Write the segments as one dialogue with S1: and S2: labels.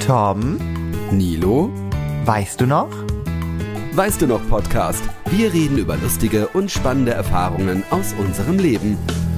S1: Tom,
S2: Nilo,
S1: weißt du noch?
S2: Weißt du noch Podcast? Wir reden über lustige und spannende Erfahrungen aus unserem Leben.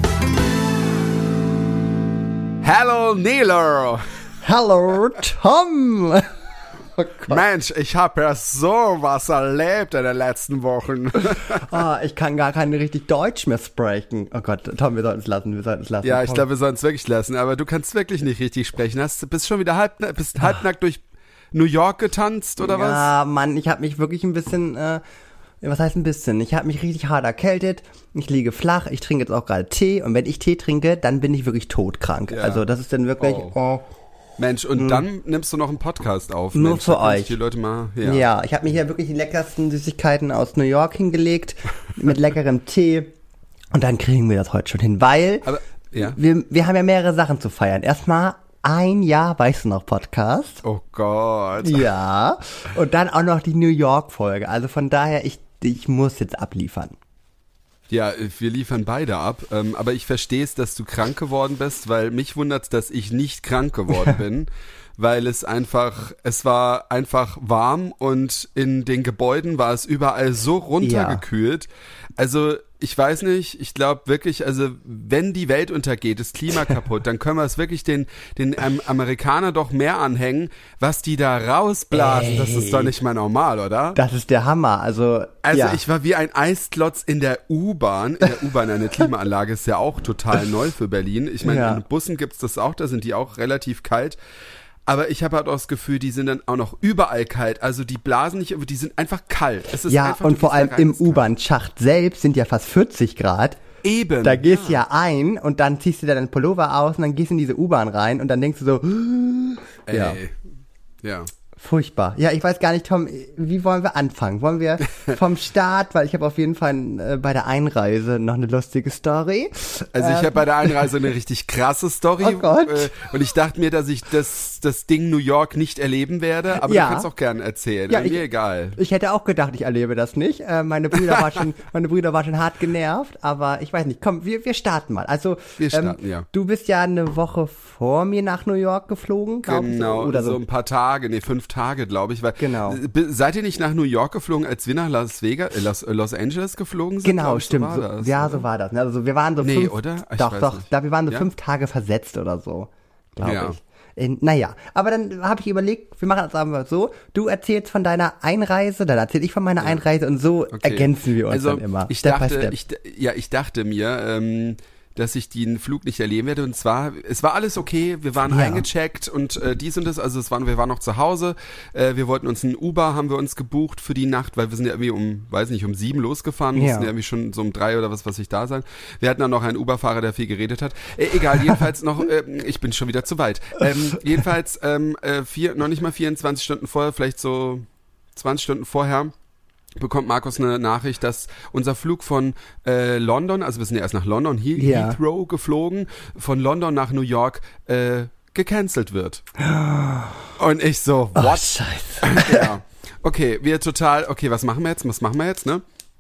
S2: Hallo Nilo!
S1: Hallo Tom!
S2: Oh Mensch, ich habe ja sowas erlebt in den letzten Wochen.
S1: Ich kann gar kein richtig Deutsch mehr sprechen. Oh Gott, Tom, wir sollten es lassen.
S2: Ja, ich glaube, wir sollten es wirklich lassen. Aber du kannst wirklich nicht richtig sprechen. Bist schon wieder halbnackt durch New York getanzt, oder was?
S1: Ja, Mann, ich habe mich wirklich ein bisschen, was heißt ein bisschen? Ich habe mich richtig hart erkältet. Ich liege flach. Ich trinke jetzt auch gerade Tee. Und wenn ich Tee trinke, dann bin ich wirklich todkrank. Ja. Also das ist dann wirklich...
S2: Mensch, und dann nimmst du noch einen Podcast auf.
S1: Nur
S2: Mensch,
S1: für euch.
S2: Die Leute mal,
S1: ja, ich habe mir hier wirklich die leckersten Süßigkeiten aus New York hingelegt, mit leckerem Tee. Und dann kriegen wir das heute schon hin, weil wir haben ja mehrere Sachen zu feiern. Erstmal ein Jahr, weißt du noch, Podcast.
S2: Oh Gott.
S1: Ja, und dann auch noch die New York-Folge. Also von daher, ich muss jetzt abliefern.
S2: Ja, wir liefern beide ab, aber ich verstehe es, dass du krank geworden bist, weil mich wundert's, dass ich nicht krank geworden bin, weil es war einfach warm und in den Gebäuden war es überall so runtergekühlt. Also ich weiß nicht, ich glaube wirklich, also wenn die Welt untergeht, ist Klima kaputt, dann können wir es wirklich den Amerikanern doch mehr anhängen, was die da rausblasen. Das ist doch nicht mal normal, oder?
S1: Das ist der Hammer, also
S2: ich war wie ein Eisklotz in der U-Bahn. In der U-Bahn eine Klimaanlage ist ja auch total neu für Berlin. Ich meine, in Bussen gibt's das auch, da sind die auch relativ kalt. Aber ich habe halt auch das Gefühl, die sind dann auch noch überall kalt. Also die blasen nicht, die sind einfach kalt. Es ist einfach,
S1: und vor allem im U-Bahn-Schacht selbst sind ja fast 40 Grad.
S2: Eben.
S1: Da gehst ja ein und dann ziehst du dir deinen Pullover aus und dann gehst du in diese U-Bahn rein und dann denkst du so,
S2: ja.
S1: Furchtbar. Ja, ich weiß gar nicht, Tom, wie wollen wir anfangen? Wollen wir vom Start, weil ich habe auf jeden Fall bei der Einreise noch eine lustige Story.
S2: Also ich habe bei der Einreise eine richtig krasse Story.
S1: Oh Gott.
S2: Und ich dachte mir, dass ich das Ding New York nicht erleben werde, aber du kannst auch gerne erzählen. Ja, mir egal.
S1: Ich hätte auch gedacht, ich erlebe das nicht. Meine Brüder waren schon hart genervt, aber ich weiß nicht. Komm, wir starten mal. Also
S2: wir starten, ja.
S1: Du bist ja eine Woche vor mir nach New York geflogen, glaube ich.
S2: Genau,
S1: oder
S2: so ein paar Tage, 5 Tage, glaube ich.
S1: Genau.
S2: Seid ihr nicht nach New York geflogen, als wir nach Los Angeles geflogen sind?
S1: Genau, stimmt. So war das. Also wir waren so
S2: oder?
S1: Wir waren so 5 Tage versetzt oder so, glaube ich. Naja, aber dann habe ich überlegt, wir machen das einfach so, du erzählst von deiner Einreise, dann erzähle ich von meiner Einreise und so ergänzen wir uns dann immer.
S2: Ich dachte mir, dass ich den Flug nicht erleben werde. Und zwar, es war alles okay, wir waren eingecheckt und dies und das, also wir waren noch zu Hause, wir wollten uns ein Uber, haben wir uns gebucht für die Nacht, weil wir sind ja irgendwie um 7 losgefahren, mussten ja irgendwie schon so um 3 oder was ich da sein. Wir hatten dann noch einen Uber-Fahrer, der viel geredet hat. Egal, jedenfalls noch, ich bin schon wieder zu weit. Jedenfalls, noch nicht mal 24 Stunden vorher, vielleicht so 20 Stunden vorher, bekommt Markus eine Nachricht, dass unser Flug von London, also wir sind ja erst nach London, Heathrow geflogen, von London nach New York gecancelt wird. Und ich so, what?
S1: Oh, Scheiße.
S2: Ja. Okay, was machen wir jetzt, ne?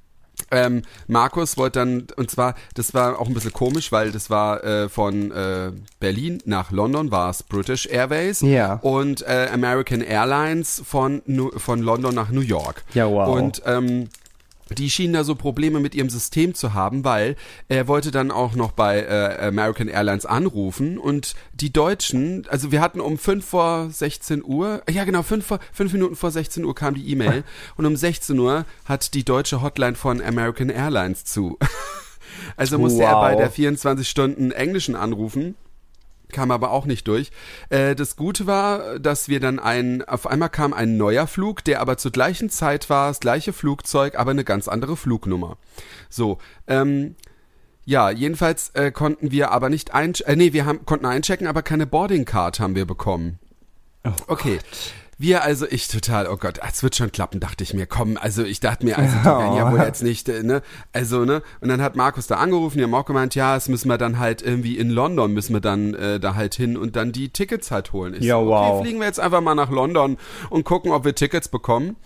S2: Markus wollte dann, und zwar, das war auch ein bisschen komisch, weil das war von Berlin nach London war es British Airways und American Airlines von London nach New York.
S1: Ja, wow.
S2: Und die schienen da so Probleme mit ihrem System zu haben, weil er wollte dann auch noch bei American Airlines anrufen und die Deutschen, also wir hatten um 5 vor 16 Uhr, ja genau, 5 Minuten vor 16 Uhr kam die E-Mail und um 16 Uhr hat die deutsche Hotline von American Airlines zu. Also musste er bei der 24 Stunden Englischen anrufen. Kam aber auch nicht durch. Das Gute war, dass wir dann auf einmal kam ein neuer Flug, der aber zur gleichen Zeit war, das gleiche Flugzeug, aber eine ganz andere Flugnummer. So, jedenfalls konnten wir aber nicht konnten einchecken, aber keine Boarding Card haben wir bekommen.
S1: Oh
S2: okay.
S1: Gott.
S2: Oh Gott, es wird schon klappen, dachte ich mir, komm, also ich dachte mir, also die werden ja wohl jetzt nicht, ne, also, ne, und dann hat Markus da angerufen, die haben auch gemeint, ja, es müssen wir dann halt irgendwie in London, müssen wir dann da halt hin und dann die Tickets halt holen. Ich so, okay, fliegen wir jetzt einfach mal nach London und gucken, ob wir Tickets bekommen.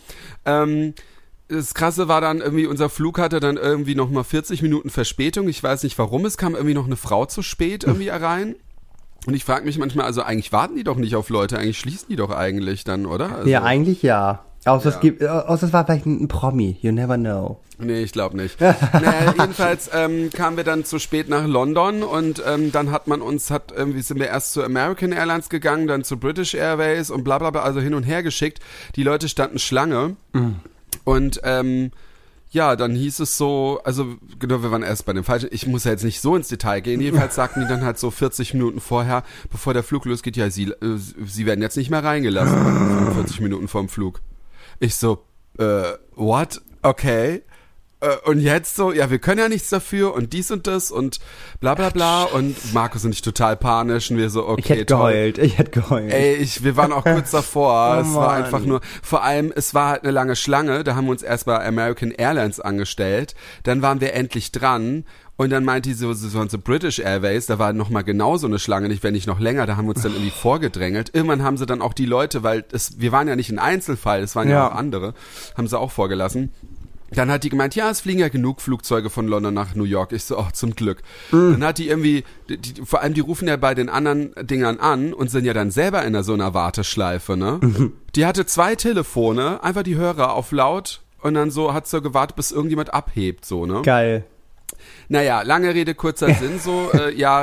S2: Das Krasse war dann irgendwie, unser Flug hatte dann irgendwie noch mal 40 Minuten Verspätung, ich weiß nicht warum, es kam irgendwie noch eine Frau zu spät irgendwie rein. Und ich frage mich manchmal, also eigentlich warten die doch nicht auf Leute, eigentlich schließen die doch eigentlich dann, oder? Also,
S1: ja, eigentlich ja. Außer es war vielleicht ein Promi, you never know.
S2: Nee, ich glaube nicht. Naja, jedenfalls kamen wir dann zu spät nach London und dann sind wir erst zu American Airlines gegangen, dann zu British Airways und bla bla bla, also hin und her geschickt. Die Leute standen Schlange und ja, dann hieß es so, also genau, wir waren erst bei dem Falschen, ich muss ja jetzt nicht so ins Detail gehen, jedenfalls sagten die dann halt so 40 Minuten vorher, bevor der Flug losgeht, ja, sie werden jetzt nicht mehr reingelassen, 45 Minuten vorm Flug. Ich so, what? Okay. Und jetzt so, ja, wir können ja nichts dafür und dies und das und bla bla bla und Markus und ich total panisch und wir so, okay,
S1: ich hätte geheult.
S2: Ey, wir waren auch kurz davor, es war einfach nur, vor allem, es war halt eine lange Schlange, da haben wir uns erst bei American Airlines angestellt, dann waren wir endlich dran und dann meinte sie so British Airways, da war nochmal genauso eine Schlange, nicht wenn nicht noch länger, da haben wir uns dann irgendwie vorgedrängelt. Irgendwann haben sie dann auch die Leute, weil wir waren ja nicht ein Einzelfall, es waren ja auch andere, haben sie auch vorgelassen. Dann hat die gemeint, ja, es fliegen ja genug Flugzeuge von London nach New York. Ich so, oh, zum Glück. Dann hat die irgendwie, vor allem die rufen ja bei den anderen Dingern an und sind ja dann selber in so einer Warteschleife, ne? Die hatte 2 Telefone, einfach die Hörer auf laut und dann so hat sie gewartet, bis irgendjemand abhebt, so, ne?
S1: Geil.
S2: Naja, lange Rede, kurzer Sinn, so,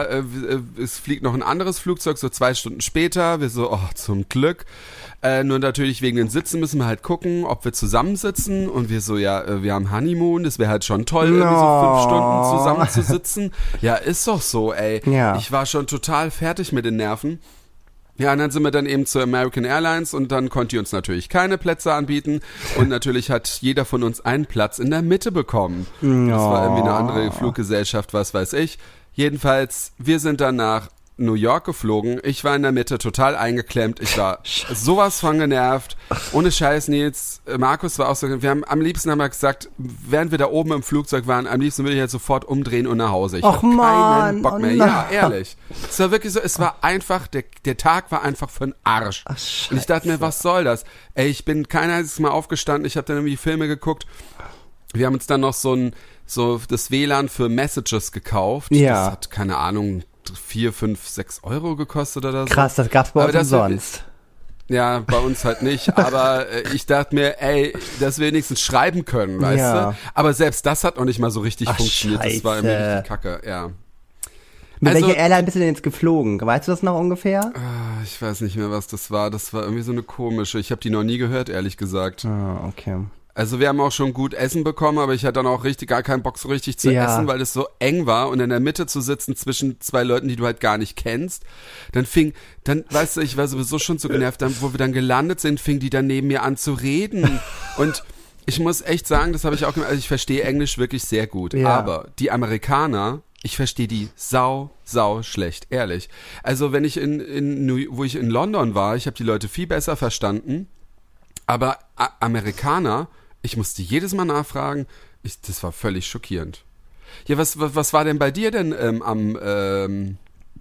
S2: es fliegt noch ein anderes Flugzeug, so 2 Stunden später, wir so, oh, zum Glück. Nur natürlich wegen den Sitzen müssen wir halt gucken, ob wir zusammensitzen und wir so, ja, wir haben Honeymoon, das wäre halt schon toll, irgendwie so 5 Stunden zusammen zu sitzen. Ja, ist doch so, ey. Ja. Ich war schon total fertig mit den Nerven. Ja, und dann sind wir dann eben zur American Airlines und dann konnte die uns natürlich keine Plätze anbieten und natürlich hat jeder von uns einen Platz in der Mitte bekommen. Das war irgendwie eine andere Fluggesellschaft, was weiß ich. Jedenfalls, wir sind dann nach New York geflogen. Ich war in der Mitte total eingeklemmt. Ich war sowas von genervt. Ohne Scheiß, Nils. Markus war auch so, am liebsten haben wir gesagt, während wir da oben im Flugzeug waren, am liebsten würde ich jetzt sofort umdrehen und nach Hause. Ich hatte keinen Bock mehr. Ja, ehrlich. Es war wirklich so, es war einfach, der Tag war einfach für den Arsch.
S1: Ach,
S2: und ich dachte mir, was soll das? Ey, ich bin kein einziges Mal aufgestanden. Ich habe dann irgendwie Filme geguckt. Wir haben uns dann noch so das WLAN für Messages gekauft.
S1: Ja.
S2: Das hat, keine Ahnung, 4, 5, 6 Euro gekostet oder so.
S1: Krass, das gab's bei uns umsonst.
S2: Ja, bei uns halt nicht, aber ich dachte mir, ey, dass wir wenigstens schreiben können, weißt du? Aber selbst das hat noch nicht mal so richtig funktioniert.
S1: Scheiße.
S2: Das war irgendwie richtig kacke, ja.
S1: Mit welcher Airline bist du denn jetzt geflogen? Weißt du das noch ungefähr?
S2: Ich weiß nicht mehr, was das war. Das war irgendwie so eine komische. Ich habe die noch nie gehört, ehrlich gesagt.
S1: Ah, okay.
S2: Also wir haben auch schon gut Essen bekommen, aber ich hatte dann auch gar keinen Bock so richtig zu essen, weil es so eng war und in der Mitte zu sitzen zwischen 2 Leuten, die du halt gar nicht kennst. Dann weißt du, ich war sowieso schon so genervt, wo wir dann gelandet sind, fing die dann neben mir an zu reden. Und ich muss echt sagen, das habe ich auch gemacht, also ich verstehe Englisch wirklich sehr gut, aber die Amerikaner, ich verstehe die sau schlecht, ehrlich. Also wenn ich wo ich in London war, ich habe die Leute viel besser verstanden, aber Amerikaner, ich musste jedes Mal nachfragen, das war völlig schockierend. Ja, was war denn bei dir denn am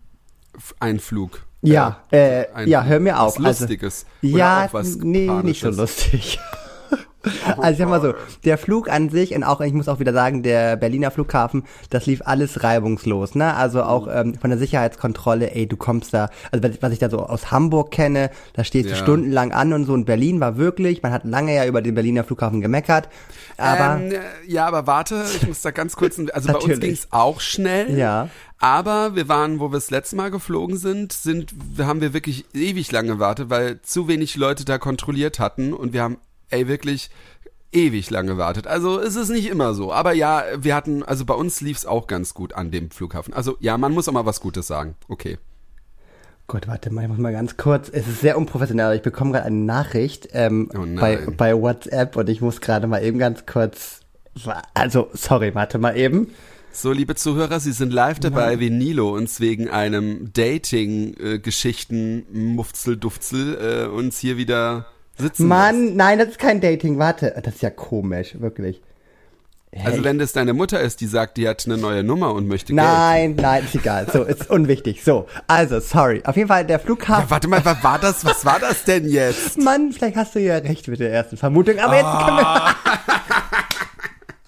S2: Einflug?
S1: Ja, hör mir auf.
S2: Lustiges?
S1: Also, ja, nee, nicht so lustig. Also ich sag mal so, der Flug an sich und auch, ich muss auch wieder sagen, der Berliner Flughafen, das lief alles reibungslos, ne? Also auch von der Sicherheitskontrolle, ey, du kommst da, also was ich da so aus Hamburg kenne, da stehst du stundenlang an und so, und Berlin war wirklich, man hat lange ja über den Berliner Flughafen gemeckert, aber...
S2: aber warte, ich muss da ganz kurz, also bei uns ging's auch schnell.
S1: Ja.
S2: Aber wir waren, wo wir das letzte Mal geflogen haben wir wirklich ewig lange gewartet, weil zu wenig Leute da kontrolliert hatten und wir haben wirklich ewig lange gewartet. Also es ist nicht immer so. Aber ja, also bei uns lief es auch ganz gut an dem Flughafen. Also ja, man muss auch mal was Gutes sagen. Okay.
S1: Gott, warte mal, ich muss mal ganz kurz. Es ist sehr unprofessionell. Ich bekomme gerade eine Nachricht bei WhatsApp und ich muss gerade mal eben ganz kurz. Also, sorry, warte mal eben.
S2: So, liebe Zuhörer, Sie sind live dabei, wie Nilo uns wegen einem Dating-Geschichten-Mufzel-Dufzel uns hier wieder sitzen
S1: Mann, nein, das ist kein Dating, warte. Das ist ja komisch, wirklich.
S2: Hey. Also wenn das deine Mutter ist, die sagt, die hat eine neue Nummer und möchte Geld.
S1: Nein, ist egal. So, ist unwichtig. So, also, sorry. Auf jeden Fall der Flughafen.
S2: Ja, warte mal, was war das denn jetzt?
S1: Mann, vielleicht hast du ja recht mit der ersten Vermutung, aber jetzt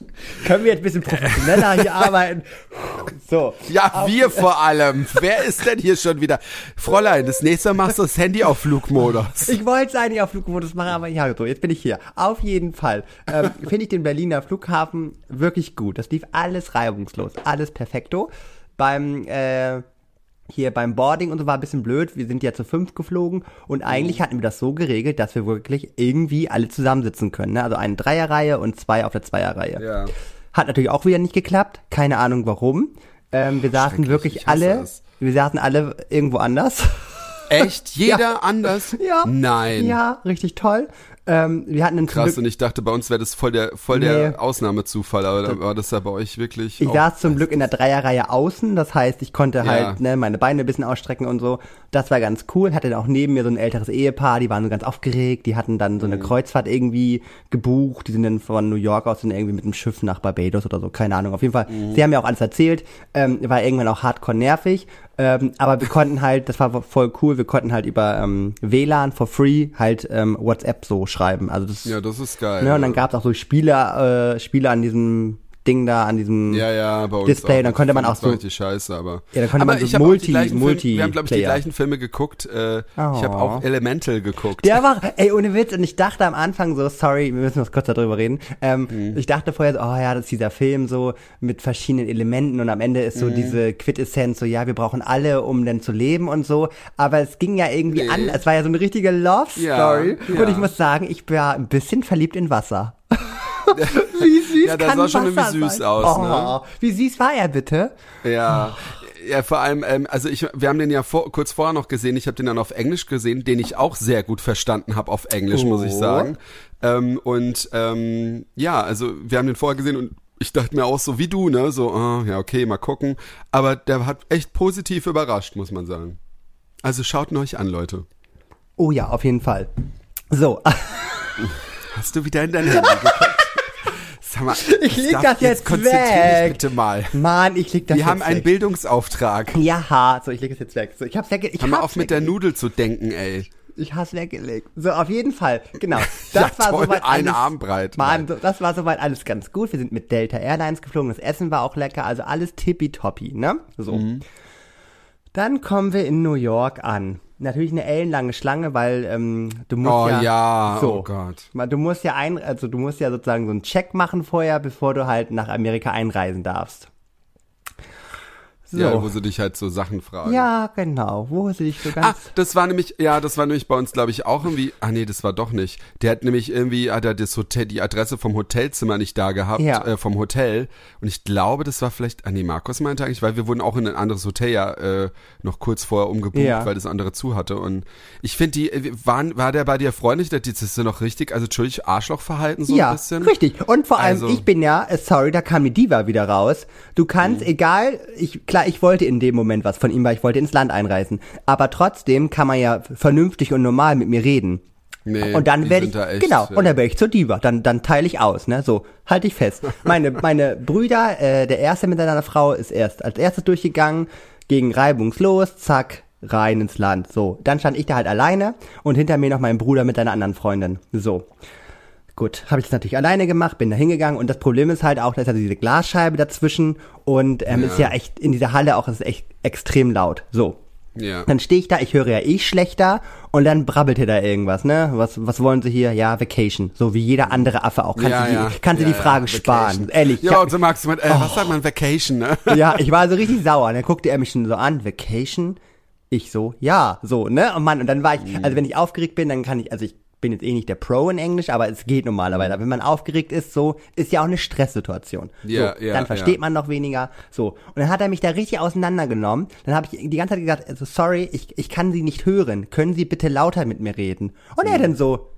S1: Können wir jetzt ein bisschen professioneller hier arbeiten? So.
S2: Ja, wir vor allem. Wer ist denn hier schon wieder? Fräulein, das nächste Mal machst du das Handy auf Flugmodus.
S1: Ich wollte es eigentlich auf Flugmodus machen, aber ja, so, jetzt bin ich hier. Auf jeden Fall finde ich den Berliner Flughafen wirklich gut. Das lief alles reibungslos, alles perfekto. Beim Boarding und so war ein bisschen blöd. Wir sind ja zu 5 geflogen und eigentlich hatten wir das so geregelt, dass wir wirklich irgendwie alle zusammensitzen können. Ne? Also eine Dreierreihe und 2 auf der Zweierreihe.
S2: Ja.
S1: Hat natürlich auch wieder nicht geklappt. Keine Ahnung warum. Wir saßen wirklich alle irgendwo anders.
S2: Echt? Jeder anders?
S1: Ja.
S2: Nein.
S1: Ja, richtig toll. Wir hatten
S2: krass, und ich dachte, bei uns wäre das voll der Ausnahmezufall, aber da war das ja bei euch wirklich.
S1: Ich saß zum Glück in der Dreierreihe außen, das heißt, ich konnte halt meine Beine ein bisschen ausstrecken und so. Das war ganz cool. Hatte dann auch neben mir so ein älteres Ehepaar, die waren so ganz aufgeregt, die hatten dann so eine Kreuzfahrt irgendwie gebucht, die sind dann von New York aus dann irgendwie mit dem Schiff nach Barbados oder so, keine Ahnung. Auf jeden Fall, sie haben mir auch alles erzählt, war irgendwann auch hardcore nervig. Aber wir konnten halt, das war voll cool, wir konnten halt über WLAN for free halt WhatsApp so schreiben. Also das
S2: ist geil.
S1: Ne, und dann gab's auch so Spiele an diesem Ding da, an diesem
S2: bei uns
S1: Display. Dann konnte man auch so.
S2: Richtig scheiße, aber.
S1: Ja, dann konnte man so Multi.
S2: Wir haben, glaube ich, die gleichen Filme geguckt. Ich habe auch Elemental geguckt.
S1: Der war, ohne Witz. Und ich dachte am Anfang so, sorry, wir müssen noch kurz darüber reden. Ich dachte vorher so, das ist dieser Film so mit verschiedenen Elementen und am Ende ist so diese Quintessenz so, ja, wir brauchen alle, um dann zu leben und so. Aber es ging ja irgendwie an. Es war ja so eine richtige Love-Story. Ja. Und ich muss sagen, ich war ein bisschen verliebt in Wasser. Wie süß
S2: ja, das sah schon irgendwie süß aus, ne?
S1: Wie süß war er bitte?
S2: Ja, vor allem, wir haben den ja kurz vorher noch gesehen, ich habe den dann auf Englisch gesehen, den ich auch sehr gut verstanden habe auf Englisch, muss ich sagen. Wir haben den vorher gesehen und ich dachte mir auch so wie du, ne, so, okay, mal gucken. Aber der hat echt positiv überrascht, muss man sagen. Also schaut ihn euch an, Leute.
S1: Oh ja, auf jeden Fall. So.
S2: Hast du wieder in dein Handy geguckt? Sag mal,
S1: ich leg das jetzt
S2: konzentrier dich bitte mal.
S1: Mann, ich leg das jetzt weg.
S2: Wir haben einen Bildungsauftrag.
S1: Ja, so, ich leg das jetzt weg. So, ich hab's weggelegt.
S2: Hör mal auf mit der Nudel zu denken, ey.
S1: Ich hab's weggelegt. So, auf jeden Fall, genau. Das war
S2: toll,
S1: soweit
S2: eine Armbreit.
S1: Mann, das war soweit alles ganz gut. Wir sind mit Delta Airlines geflogen, das Essen war auch lecker, also alles tippitoppi, ne? So. Dann kommen wir in New York an. Natürlich eine ellenlange Schlange, weil du musst
S2: oh Gott.
S1: Du musst ja sozusagen so einen Check machen vorher, bevor du halt nach Amerika einreisen darfst. So.
S2: Ja, wo sie dich halt so Sachen fragen.
S1: Ja, genau. Wo sie dich so ganz...
S2: das war nämlich bei uns, glaube ich, auch irgendwie... das war doch nicht. Der hat nämlich irgendwie, die Adresse vom Hotelzimmer nicht da gehabt, vom Hotel. Und ich glaube, das war vielleicht... Markus meinte eigentlich, weil wir wurden auch in ein anderes Hotel noch kurz vorher umgebucht, weil das andere zu hatte. Und ich finde, war der bei dir freundlich? Das ist ja noch richtig, also entschuldige, Arschlochverhalten so ein bisschen?
S1: Ja, richtig. Und vor allem, ich bin da kam die Diva wieder raus. Du kannst, egal, ich wollte in dem Moment was von ihm, weil ich wollte ins Land einreisen. Aber trotzdem kann man ja vernünftig und normal mit mir reden.
S2: Nee,
S1: und dann werde ich, und dann werde ich zur Diva. Dann teile ich aus, ne, so, halte ich fest. Meine Brüder, der erste mit seiner Frau ist als erstes durchgegangen, ging reibungslos, zack, rein ins Land. So, dann stand ich da halt alleine und hinter mir noch mein Bruder mit seiner anderen Freundin. So. Gut, habe ich das natürlich alleine gemacht, bin da hingegangen und das Problem ist halt auch, da ist ja diese Glasscheibe dazwischen und ist ja echt in dieser Halle auch, es ist echt extrem laut. So.
S2: Ja.
S1: Dann stehe ich da, ich höre ja schlechter und dann brabbelt da irgendwas, ne? Was wollen sie hier? Ja, Vacation. So wie jeder andere Affe auch. Kannst du die Frage sparen. Ehrlich.
S2: Ja, und so magst du was sagt man Vacation, ne?
S1: Ja, ich war so richtig sauer. Dann guckte er mich schon so an, Vacation? Ich so, ja, so, ne? Und Mann, und dann war ich, also wenn ich aufgeregt bin, dann kann ich bin jetzt nicht der Pro in Englisch, aber es geht normalerweise. Aber wenn man aufgeregt ist, so, ist ja auch eine Stresssituation. Dann versteht man noch weniger. So. Und dann hat er mich da richtig auseinandergenommen. Dann habe ich die ganze Zeit gesagt, also sorry, ich kann Sie nicht hören. Können Sie bitte lauter mit mir reden? Und er dann so,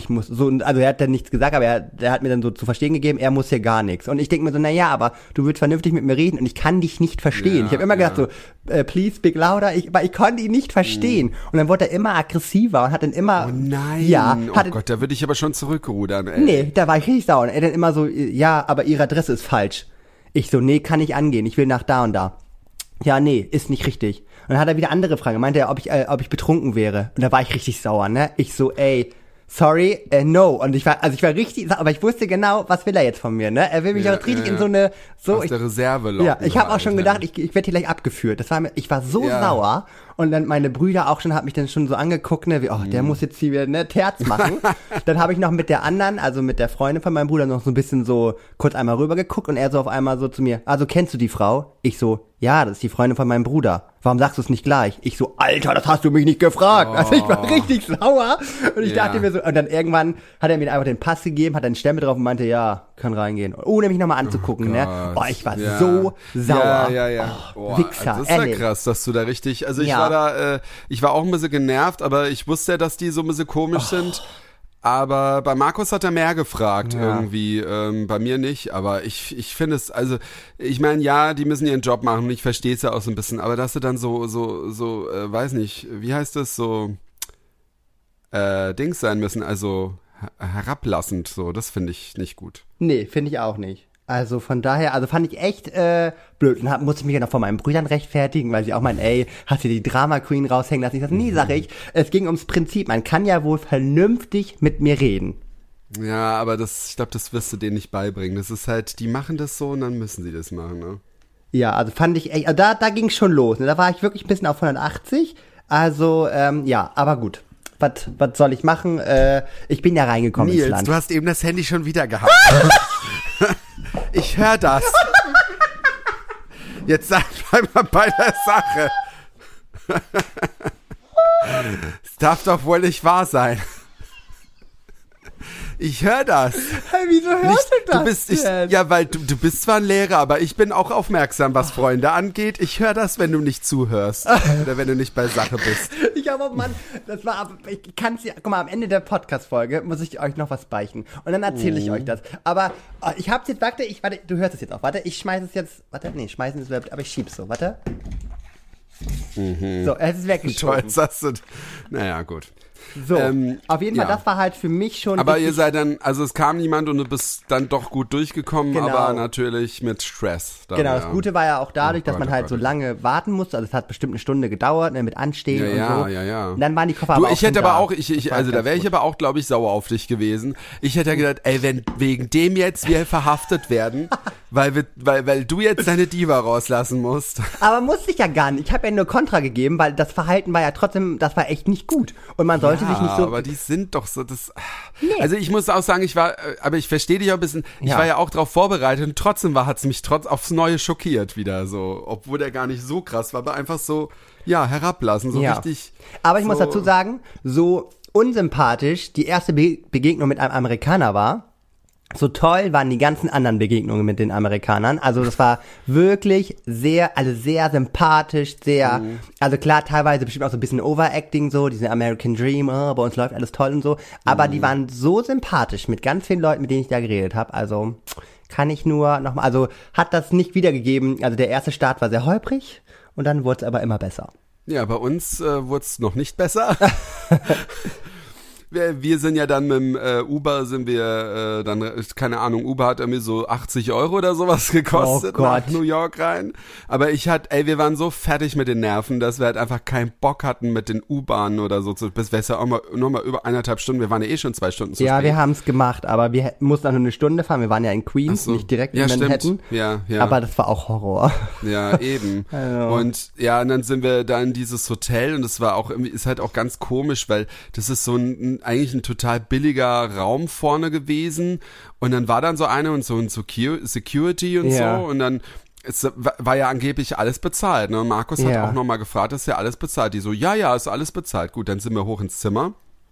S1: also er hat dann nichts gesagt, aber er hat mir dann so zu verstehen gegeben, er muss hier gar nichts. Und ich denke mir so, naja, aber du willst vernünftig mit mir reden und ich kann dich nicht verstehen. Ich habe immer gesagt so, please speak louder, aber ich konnte ihn nicht verstehen. Und dann wurde er immer aggressiver und hat dann immer...
S2: Oh nein, Gott, da würde ich aber schon zurückrudern, ey.
S1: Nee, da war ich richtig sauer. Und er dann immer so, ja, aber Ihre Adresse ist falsch. Ich so, nee, kann nicht angehen, ich will nach da und da. Ja, nee, ist nicht richtig. Und dann hat er wieder andere Fragen. Meinte er, ob ich betrunken wäre. Und da war ich richtig sauer, ne? Ich so, ey... sorry, no. Und ich war richtig, aber ich wusste genau, was will er jetzt von mir, ne? Er will mich auch richtig in so eine,
S2: aus der Reserve locken.
S1: Ja, ich habe auch schon gedacht, ich werde hier gleich abgeführt. Ich war so sauer. Und dann meine Brüder auch schon, hat mich dann schon so angeguckt, ne, wie, der muss jetzt hier wieder, ne, Terz machen. Dann habe ich noch mit der anderen, also mit der Freundin von meinem Bruder noch so ein bisschen so kurz einmal rüber geguckt und er so auf einmal so zu mir, also kennst du die Frau? Ich so, ja, das ist die Freundin von meinem Bruder. Warum sagst du es nicht gleich? Ich so, Alter, das hast du mich nicht gefragt. Also ich war richtig sauer und ich dachte mir so, und dann irgendwann hat er mir einfach den Pass gegeben, hat einen Stempel drauf und meinte, ja, kann reingehen. Ohne mich nochmal anzugucken, ne? Oh, ich war so sauer.
S2: Ja.
S1: Oh, Wichser,
S2: also das ist ja krass, dass du da richtig, also ich war auch ein bisschen genervt, aber ich wusste ja, dass die so ein bisschen komisch sind. Aber bei Markus hat er mehr gefragt irgendwie, bei mir nicht, aber ich finde es, also ich meine, ja, die müssen ihren Job machen und ich verstehe es ja auch so ein bisschen, aber dass sie dann so, weiß nicht, wie heißt das, so Dings sein müssen, also herablassend, so, das finde ich nicht gut.
S1: Nee, finde ich auch nicht. Also von daher, also fand ich echt blöd. Und musste ich mich ja noch vor meinen Brüdern rechtfertigen, weil sie auch meinen, ey, hast du die Drama Queen raushängen lassen? Ich sag, nee, sag ich. Es ging ums Prinzip. Man kann ja wohl vernünftig mit mir reden.
S2: Ja, aber ich glaube, das wirst du denen nicht beibringen. Das ist halt, die machen das so und dann müssen sie das machen, ne?
S1: Ja, also fand ich echt, da ging schon los. Ne? Da war ich wirklich ein bisschen auf 180. Also, ja, aber gut. Was soll ich machen? Ich bin ja reingekommen
S2: Nils,
S1: ins Land.
S2: Du hast eben das Handy schon wieder gehabt. Ich höre das. Jetzt sei mal bei der Sache. Es darf doch wohl nicht wahr sein. Ich höre das.
S1: Hey, wieso hörst du das
S2: denn? Ja, weil du bist zwar ein Lehrer, aber ich bin auch aufmerksam, was Freunde angeht. Ich höre das, wenn du nicht zuhörst. Oder wenn du nicht bei Sache bist.
S1: Ich kann's ja, guck mal, am Ende der Podcast-Folge muss ich euch noch was beichten. Und dann erzähle ich euch das. Aber ich hab's jetzt, warte, du hörst es jetzt auch. Warte, ich schmeiß es jetzt, schmeißen ist, aber ich schieb's so, warte. So, es ist weggeschoben.
S2: Toll, jetzt hast du, naja, gut.
S1: So, auf jeden Fall, das war halt für mich schon.
S2: Aber ihr seid dann, also es kam niemand und du bist dann doch gut durchgekommen,
S1: genau.
S2: Aber natürlich mit Stress.
S1: Genau, das Gute war ja auch dadurch, dass man halt so lange warten musste. Also es hat bestimmt eine Stunde gedauert, ne, mit Anstehen und so.
S2: Ja.
S1: Und dann waren die Koffer aber auch
S2: ich hätte
S1: schon
S2: aber
S1: da.
S2: auch, also da wäre ich aber auch, glaube ich, sauer auf dich gewesen. Ich hätte ja gedacht, ey, wenn wegen dem jetzt wir verhaftet werden, weil du jetzt deine Diva rauslassen musst.
S1: Aber musste ich ja gar nicht. Ich habe ja nur Kontra gegeben, weil das Verhalten war ja trotzdem, das war echt nicht gut. Und man sollte sich nicht so...
S2: aber die sind doch so, Nee. Also ich muss auch sagen, aber ich verstehe dich auch ein bisschen, ich war ja auch drauf vorbereitet und trotzdem hat es mich aufs Neue schockiert wieder so, obwohl der gar nicht so krass war, aber einfach so, herablassen, so richtig.
S1: Aber ich muss dazu sagen, so unsympathisch die erste Begegnung mit einem Amerikaner war, so toll waren die ganzen anderen Begegnungen mit den Amerikanern. Also das war wirklich sehr sympathisch, also klar, teilweise bestimmt auch so ein bisschen Overacting so, diese American Dream, bei uns läuft alles toll und so. Aber die waren so sympathisch mit ganz vielen Leuten, mit denen ich da geredet habe. Also kann ich nur nochmal, also hat das nicht wiedergegeben. Also der erste Start war sehr holprig und dann wurde es aber immer besser.
S2: Ja, bei uns wurde es noch nicht besser. Wir sind ja dann mit dem Uber dann, keine Ahnung, Uber hat irgendwie so 80 € oder sowas gekostet nach New York rein. Aber wir waren so fertig mit den Nerven, dass wir halt einfach keinen Bock hatten mit den U-Bahnen oder so. Bis wir ja auch noch mal über 1,5 Stunden, wir waren ja schon 2 Stunden zu spät.
S1: Ja, wir haben es gemacht, aber wir mussten auch nur eine Stunde fahren. Wir waren ja in Queens, nicht direkt in Manhattan.
S2: Ja.
S1: Aber das war auch Horror.
S2: Ja, eben. Also. Und dann sind wir da in dieses Hotel und es war auch irgendwie, ist halt auch ganz komisch, weil das ist so eigentlich ein total billiger Raum vorne gewesen und dann war dann so eine und so ein Security und so und dann war ja angeblich alles bezahlt, ne? Und Markus hat auch nochmal gefragt, ist ja alles bezahlt? Die so, ja, ist alles bezahlt. Gut, dann sind wir hoch ins Zimmer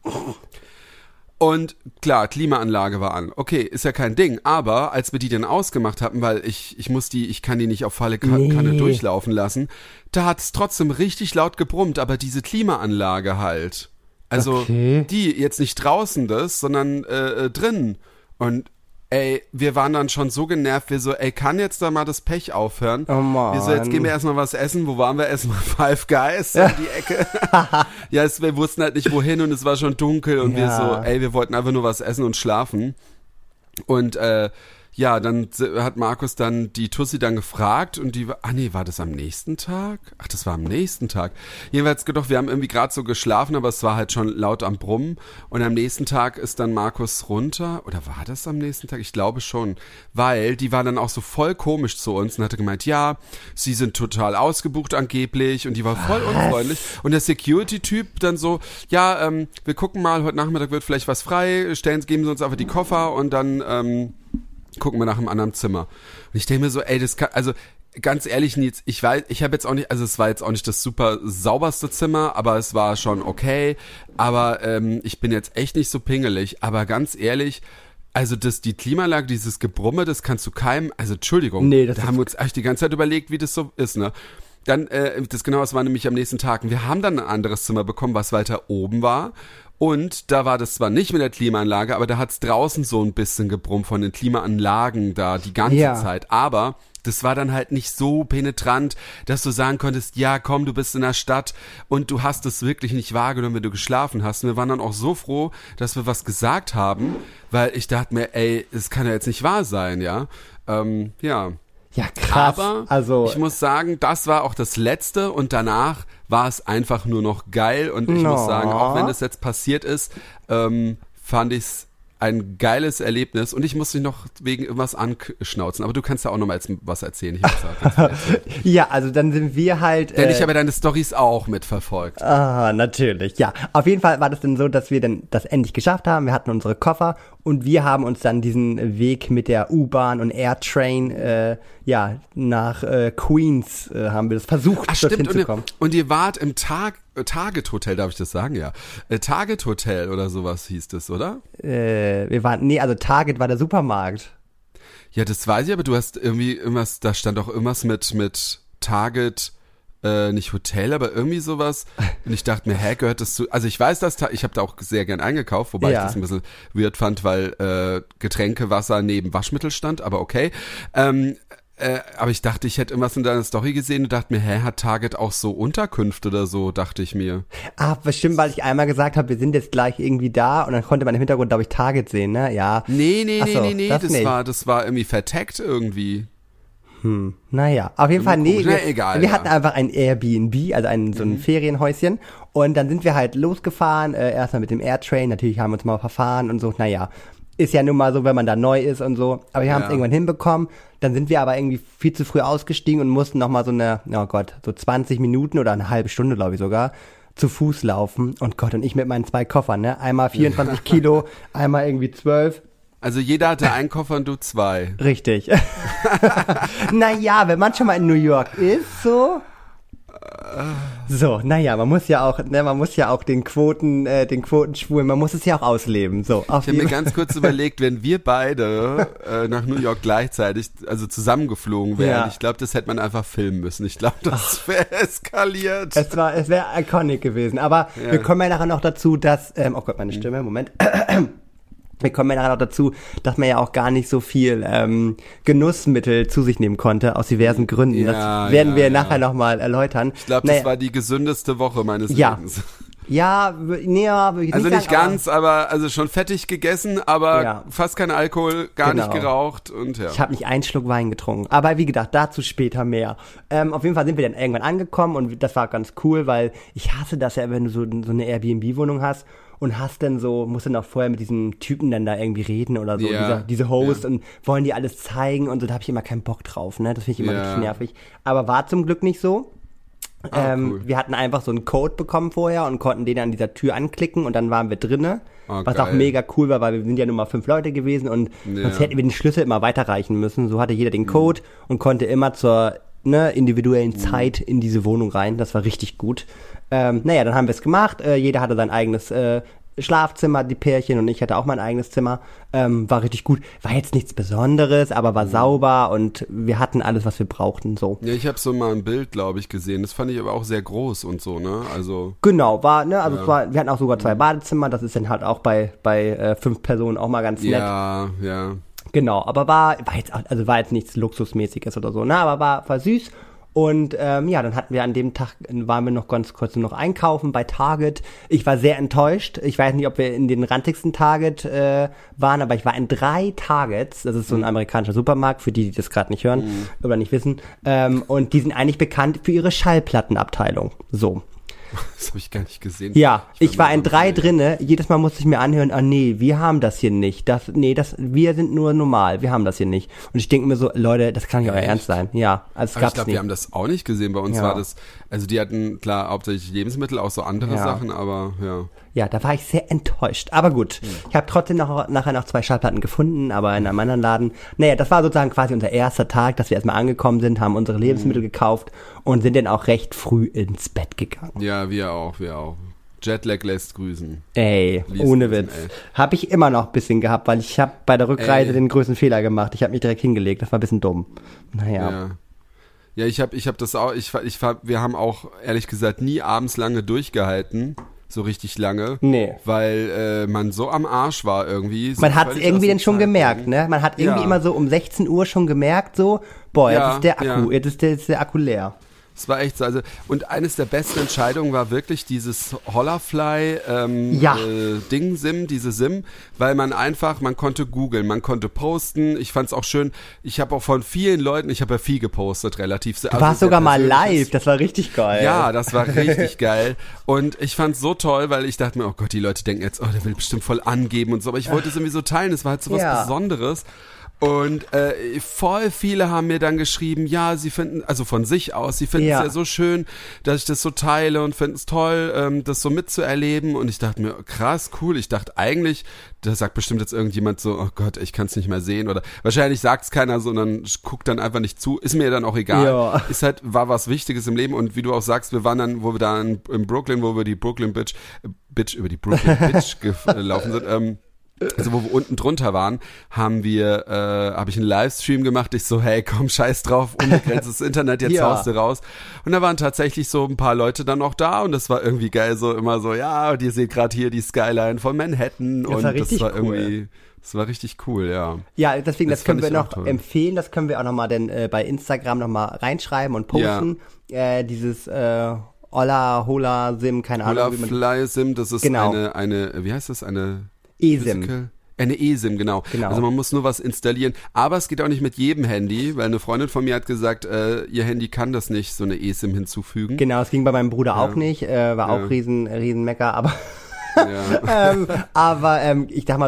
S2: und klar, Klimaanlage war an. Okay, ist ja kein Ding, aber als wir die dann ausgemacht hatten, weil ich kann die nicht auf volle Kanne durchlaufen lassen, da hat es trotzdem richtig laut gebrummt, aber diese Klimaanlage halt. Also die jetzt nicht draußen sondern drin. Und wir waren dann schon so genervt, wir so, kann jetzt da mal das Pech aufhören?
S1: Oh Mann.
S2: Wir so, jetzt gehen wir erstmal was essen. Wo waren wir? Erstmal Five Guys um die Ecke. Wir wussten halt nicht wohin und es war schon dunkel und wir so, wir wollten einfach nur was essen und schlafen. Und ja, dann hat Markus dann die Tussi dann gefragt und die war, war das am nächsten Tag? Ach, das war am nächsten Tag. Jedenfalls doch, wir haben irgendwie gerade so geschlafen, aber es war halt schon laut am Brummen und am nächsten Tag ist dann Markus runter, oder war das am nächsten Tag? Ich glaube schon, weil die war dann auch so voll komisch zu uns und hatte gemeint, ja, sie sind total ausgebucht angeblich und die war voll unfreundlich und der Security-Typ dann so, ja, wir gucken mal, heute Nachmittag wird vielleicht was frei, geben sie uns einfach die Koffer und dann, gucken wir nach einem anderen Zimmer. Und ich denke mir so, ey, das kann, also ganz ehrlich, Nils, ich weiß, ich habe jetzt auch nicht, also es war jetzt auch nicht das super sauberste Zimmer, aber es war schon okay. Aber ich bin jetzt echt nicht so pingelig. Aber ganz ehrlich, also die Klimaanlage, dieses Gebrumme, das kannst du keinem, also Entschuldigung, da haben wir uns echt die ganze Zeit überlegt, wie das so ist, ne? Dann, das war nämlich am nächsten Tag. Und wir haben dann ein anderes Zimmer bekommen, was weiter oben war. Und da war das zwar nicht mit der Klimaanlage, aber da hat's draußen so ein bisschen gebrummt von den Klimaanlagen da die ganze Zeit. Aber das war dann halt nicht so penetrant, dass du sagen konntest, ja komm, du bist in der Stadt und du hast es wirklich nicht wahrgenommen, wenn du geschlafen hast. Und wir waren dann auch so froh, dass wir was gesagt haben, weil ich dachte mir, ey, es kann ja jetzt nicht wahr sein, ja.
S1: Ja, krass.
S2: Aber ich muss sagen, das war auch das Letzte und danach war es einfach nur noch geil und ich muss sagen, auch wenn das jetzt passiert ist, fand ich es ein geiles Erlebnis und ich muss mich noch wegen irgendwas anschnauzen, aber du kannst ja auch noch mal was erzählen.
S1: Ja, also dann sind wir halt...
S2: Denn ich habe deine Storys auch mitverfolgt.
S1: Ah, natürlich, ja. Auf jeden Fall war das dann so, dass wir dann das endlich geschafft haben. Wir hatten unsere Koffer und wir haben uns dann diesen Weg mit der U-Bahn und Airtrain, nach Queens haben wir das versucht, dorthin zu kommen.
S2: Und ihr wart im Target Hotel, darf ich das sagen? Ja. Target Hotel oder sowas hieß das, oder?
S1: Also Target war der Supermarkt.
S2: Ja, das weiß ich, aber du hast irgendwie irgendwas, da stand auch irgendwas mit Target, nicht Hotel, aber irgendwie sowas. Und ich dachte mir, gehört das zu, also ich weiß das, ich habe da auch sehr gern eingekauft, wobei ich das ein bisschen weird fand, weil Getränke, Wasser neben Waschmittel stand, aber okay. Aber ich dachte, ich hätte irgendwas in deiner Story gesehen und dachte mir, hat Target auch so Unterkünfte oder so, dachte ich mir.
S1: Ah, bestimmt, weil ich einmal gesagt habe, wir sind jetzt gleich irgendwie da und dann konnte man im Hintergrund, glaube ich, Target sehen, ne? Ja.
S2: Nee, das war irgendwie vertaggt irgendwie.
S1: Naja, auf jeden Fall,
S2: egal.
S1: Wir hatten einfach ein Airbnb, also so ein Ferienhäuschen und dann sind wir halt losgefahren, erstmal mit dem Airtrain, natürlich haben wir uns mal verfahren und so, naja. Ist ja nun mal so, wenn man da neu ist und so. Aber wir haben es irgendwann hinbekommen. Dann sind wir aber irgendwie viel zu früh ausgestiegen und mussten noch mal so 20 Minuten oder eine halbe Stunde, glaube ich sogar, zu Fuß laufen. Und Gott, und ich mit meinen 2 Koffern, ne? Einmal 24 Kilo, einmal irgendwie 12.
S2: Also jeder hatte einen Koffer und du 2.
S1: Richtig. Naja, wenn man schon mal in New York ist, so... So, naja, man muss ja auch den Quotenschwulen, man muss es ja auch ausleben. So,
S2: ich habe mir ganz kurz überlegt, wenn wir beide nach New York gleichzeitig, also zusammengeflogen wären, ich glaube, das hätte man einfach filmen müssen. Ich glaube, das wäre eskaliert.
S1: Es wäre iconic gewesen, aber wir kommen ja nachher noch dazu, dass, oh Gott, meine Stimme, Moment. Wir kommen ja nachher noch dazu, dass man ja auch gar nicht so viel Genussmittel zu sich nehmen konnte, aus diversen Gründen.
S2: Ja,
S1: das werden wir nachher nochmal erläutern.
S2: Ich glaube, das war die gesündeste Woche meines Lebens.
S1: Ja, würde ich nicht
S2: also nicht
S1: sagen,
S2: ganz, aber also schon fettig gegessen, aber fast kein Alkohol, gar nicht geraucht und
S1: Ich habe nicht einen Schluck Wein getrunken. Aber wie gesagt, dazu später mehr. Auf jeden Fall sind wir dann irgendwann angekommen und das war ganz cool, weil ich hasse das ja, wenn du so eine Airbnb-Wohnung hast und musst dann auch vorher mit diesem Typen dann da irgendwie reden oder so, diese Host und wollen die alles zeigen und so, da habe ich immer keinen Bock drauf, ne? Das finde ich immer richtig nervig. Aber war zum Glück nicht so. Cool. Wir hatten einfach so einen Code bekommen vorher und konnten den an dieser Tür anklicken und dann waren wir drinne. Was auch mega cool war, weil wir sind ja nur mal 5 Leute gewesen und sonst hätten wir den Schlüssel immer weiterreichen müssen. So hatte jeder den Code und konnte immer zur individuellen Zeit in diese Wohnung rein. Das war richtig gut. Dann haben wir es gemacht. Jeder hatte sein eigenes Schlafzimmer, die Pärchen und ich hatte auch mein eigenes Zimmer. War richtig gut. War jetzt nichts Besonderes, aber war sauber und wir hatten alles, was wir brauchten. So.
S2: Ja, ich habe so mal ein Bild, glaube ich, gesehen. Das fand ich aber auch sehr groß und so, ne? Also
S1: genau, wir hatten auch sogar 2 Badezimmer. Das ist dann halt auch bei 5 Personen auch mal ganz nett.
S2: Ja.
S1: Genau, aber war jetzt nichts Luxusmäßiges oder so, ne? Aber war süß. Und dann hatten wir an dem Tag, waren wir noch ganz kurz noch einkaufen bei Target. Ich war sehr enttäuscht. Ich weiß nicht, ob wir in den ranzigsten Target waren, aber ich war in 3 Targets. Das ist so ein amerikanischer Supermarkt, für die das gerade nicht hören oder nicht wissen. Und die sind eigentlich bekannt für ihre Schallplattenabteilung. So.
S2: Das habe ich gar nicht gesehen.
S1: Ja, ich war in 3 drinne. Jedes Mal musste ich mir anhören, nee, wir haben das hier nicht. Wir sind nur normal. Wir haben das hier nicht. Und ich denke mir so, Leute, das kann nicht euer Ernst sein. Ja, also es gab's
S2: ich glaube, wir haben das auch nicht gesehen. Bei uns war das, also die hatten klar hauptsächlich Lebensmittel, auch so andere Sachen, aber ja.
S1: Ja, da war ich sehr enttäuscht. Aber gut, ich habe trotzdem nachher noch 2 Schallplatten gefunden, aber in einem anderen Laden. Naja, das war sozusagen quasi unser erster Tag, dass wir erstmal angekommen sind, haben unsere Lebensmittel gekauft und sind dann auch recht früh ins Bett gegangen.
S2: Ja, wir auch. Jetlag lässt grüßen.
S1: Ey, ohne Witz. Habe ich immer noch ein bisschen gehabt, weil ich habe bei der Rückreise den größten Fehler gemacht. Ich habe mich direkt hingelegt, das war ein bisschen dumm. Naja.
S2: Ja, ich hab das auch, wir haben auch ehrlich gesagt nie abends lange durchgehalten. So richtig lange. Nee. Weil man so am Arsch war irgendwie. So
S1: man hat es irgendwie dann schon gemerkt, ne? Man hat irgendwie immer so um 16 Uhr schon gemerkt, so, jetzt ist der Akku, jetzt ist der Akku leer.
S2: Es war echt so, also, und eines der besten Entscheidungen war wirklich dieses Hollerfly Ding-Sim, diese Sim, weil man konnte googeln, man konnte posten, ich fand's auch schön, ich habe auch von vielen Leuten, ich habe ja viel gepostet, relativ.
S1: Du warst sogar mal live, das war richtig geil.
S2: Ja, das war richtig geil und ich fand's so toll, weil ich dachte mir, oh Gott, die Leute denken jetzt, der will bestimmt voll angeben und so, aber ich wollte es irgendwie so teilen, es war halt so was Besonderes. Und voll viele haben mir dann geschrieben, sie finden, also von sich aus, sie finden es ja so schön, dass ich das so teile und finden es toll, das so mitzuerleben. Und ich dachte mir, krass, cool. Ich dachte eigentlich, da sagt bestimmt jetzt irgendjemand so, oh Gott, ich kann es nicht mehr sehen. Oder wahrscheinlich sagt es keiner so und dann guckt dann einfach nicht zu. Ist mir dann auch egal. Ja. War was Wichtiges im Leben. Und wie du auch sagst, wir waren dann, wo wir da in Brooklyn, wo wir die Brooklyn Bitch über die Brooklyn Bitch gelaufen sind, also wo wir unten drunter waren, habe ich einen Livestream gemacht. Ich so, hey, komm, scheiß drauf, unbegrenztes Internet, jetzt haust du raus. Und da waren tatsächlich so ein paar Leute dann auch da und das war irgendwie geil, so immer so, und ihr seht gerade hier die Skyline von Manhattan und das war cool. Irgendwie, das war richtig cool, ja.
S1: Ja, deswegen, das können wir noch empfehlen, das können wir auch nochmal bei Instagram nochmal reinschreiben und posten. Dieses Hola Sim, keine Ahnung.
S2: Holafly Sim, das ist eine, wie heißt das, eine
S1: eSIM.
S2: Eine eSIM, genau. Also man muss nur was installieren. Aber es geht auch nicht mit jedem Handy, weil eine Freundin von mir hat gesagt, ihr Handy kann das nicht, so eine eSIM hinzufügen.
S1: Genau, es ging bei meinem Bruder auch nicht. War auch riesen Mecker, aber ich sag mal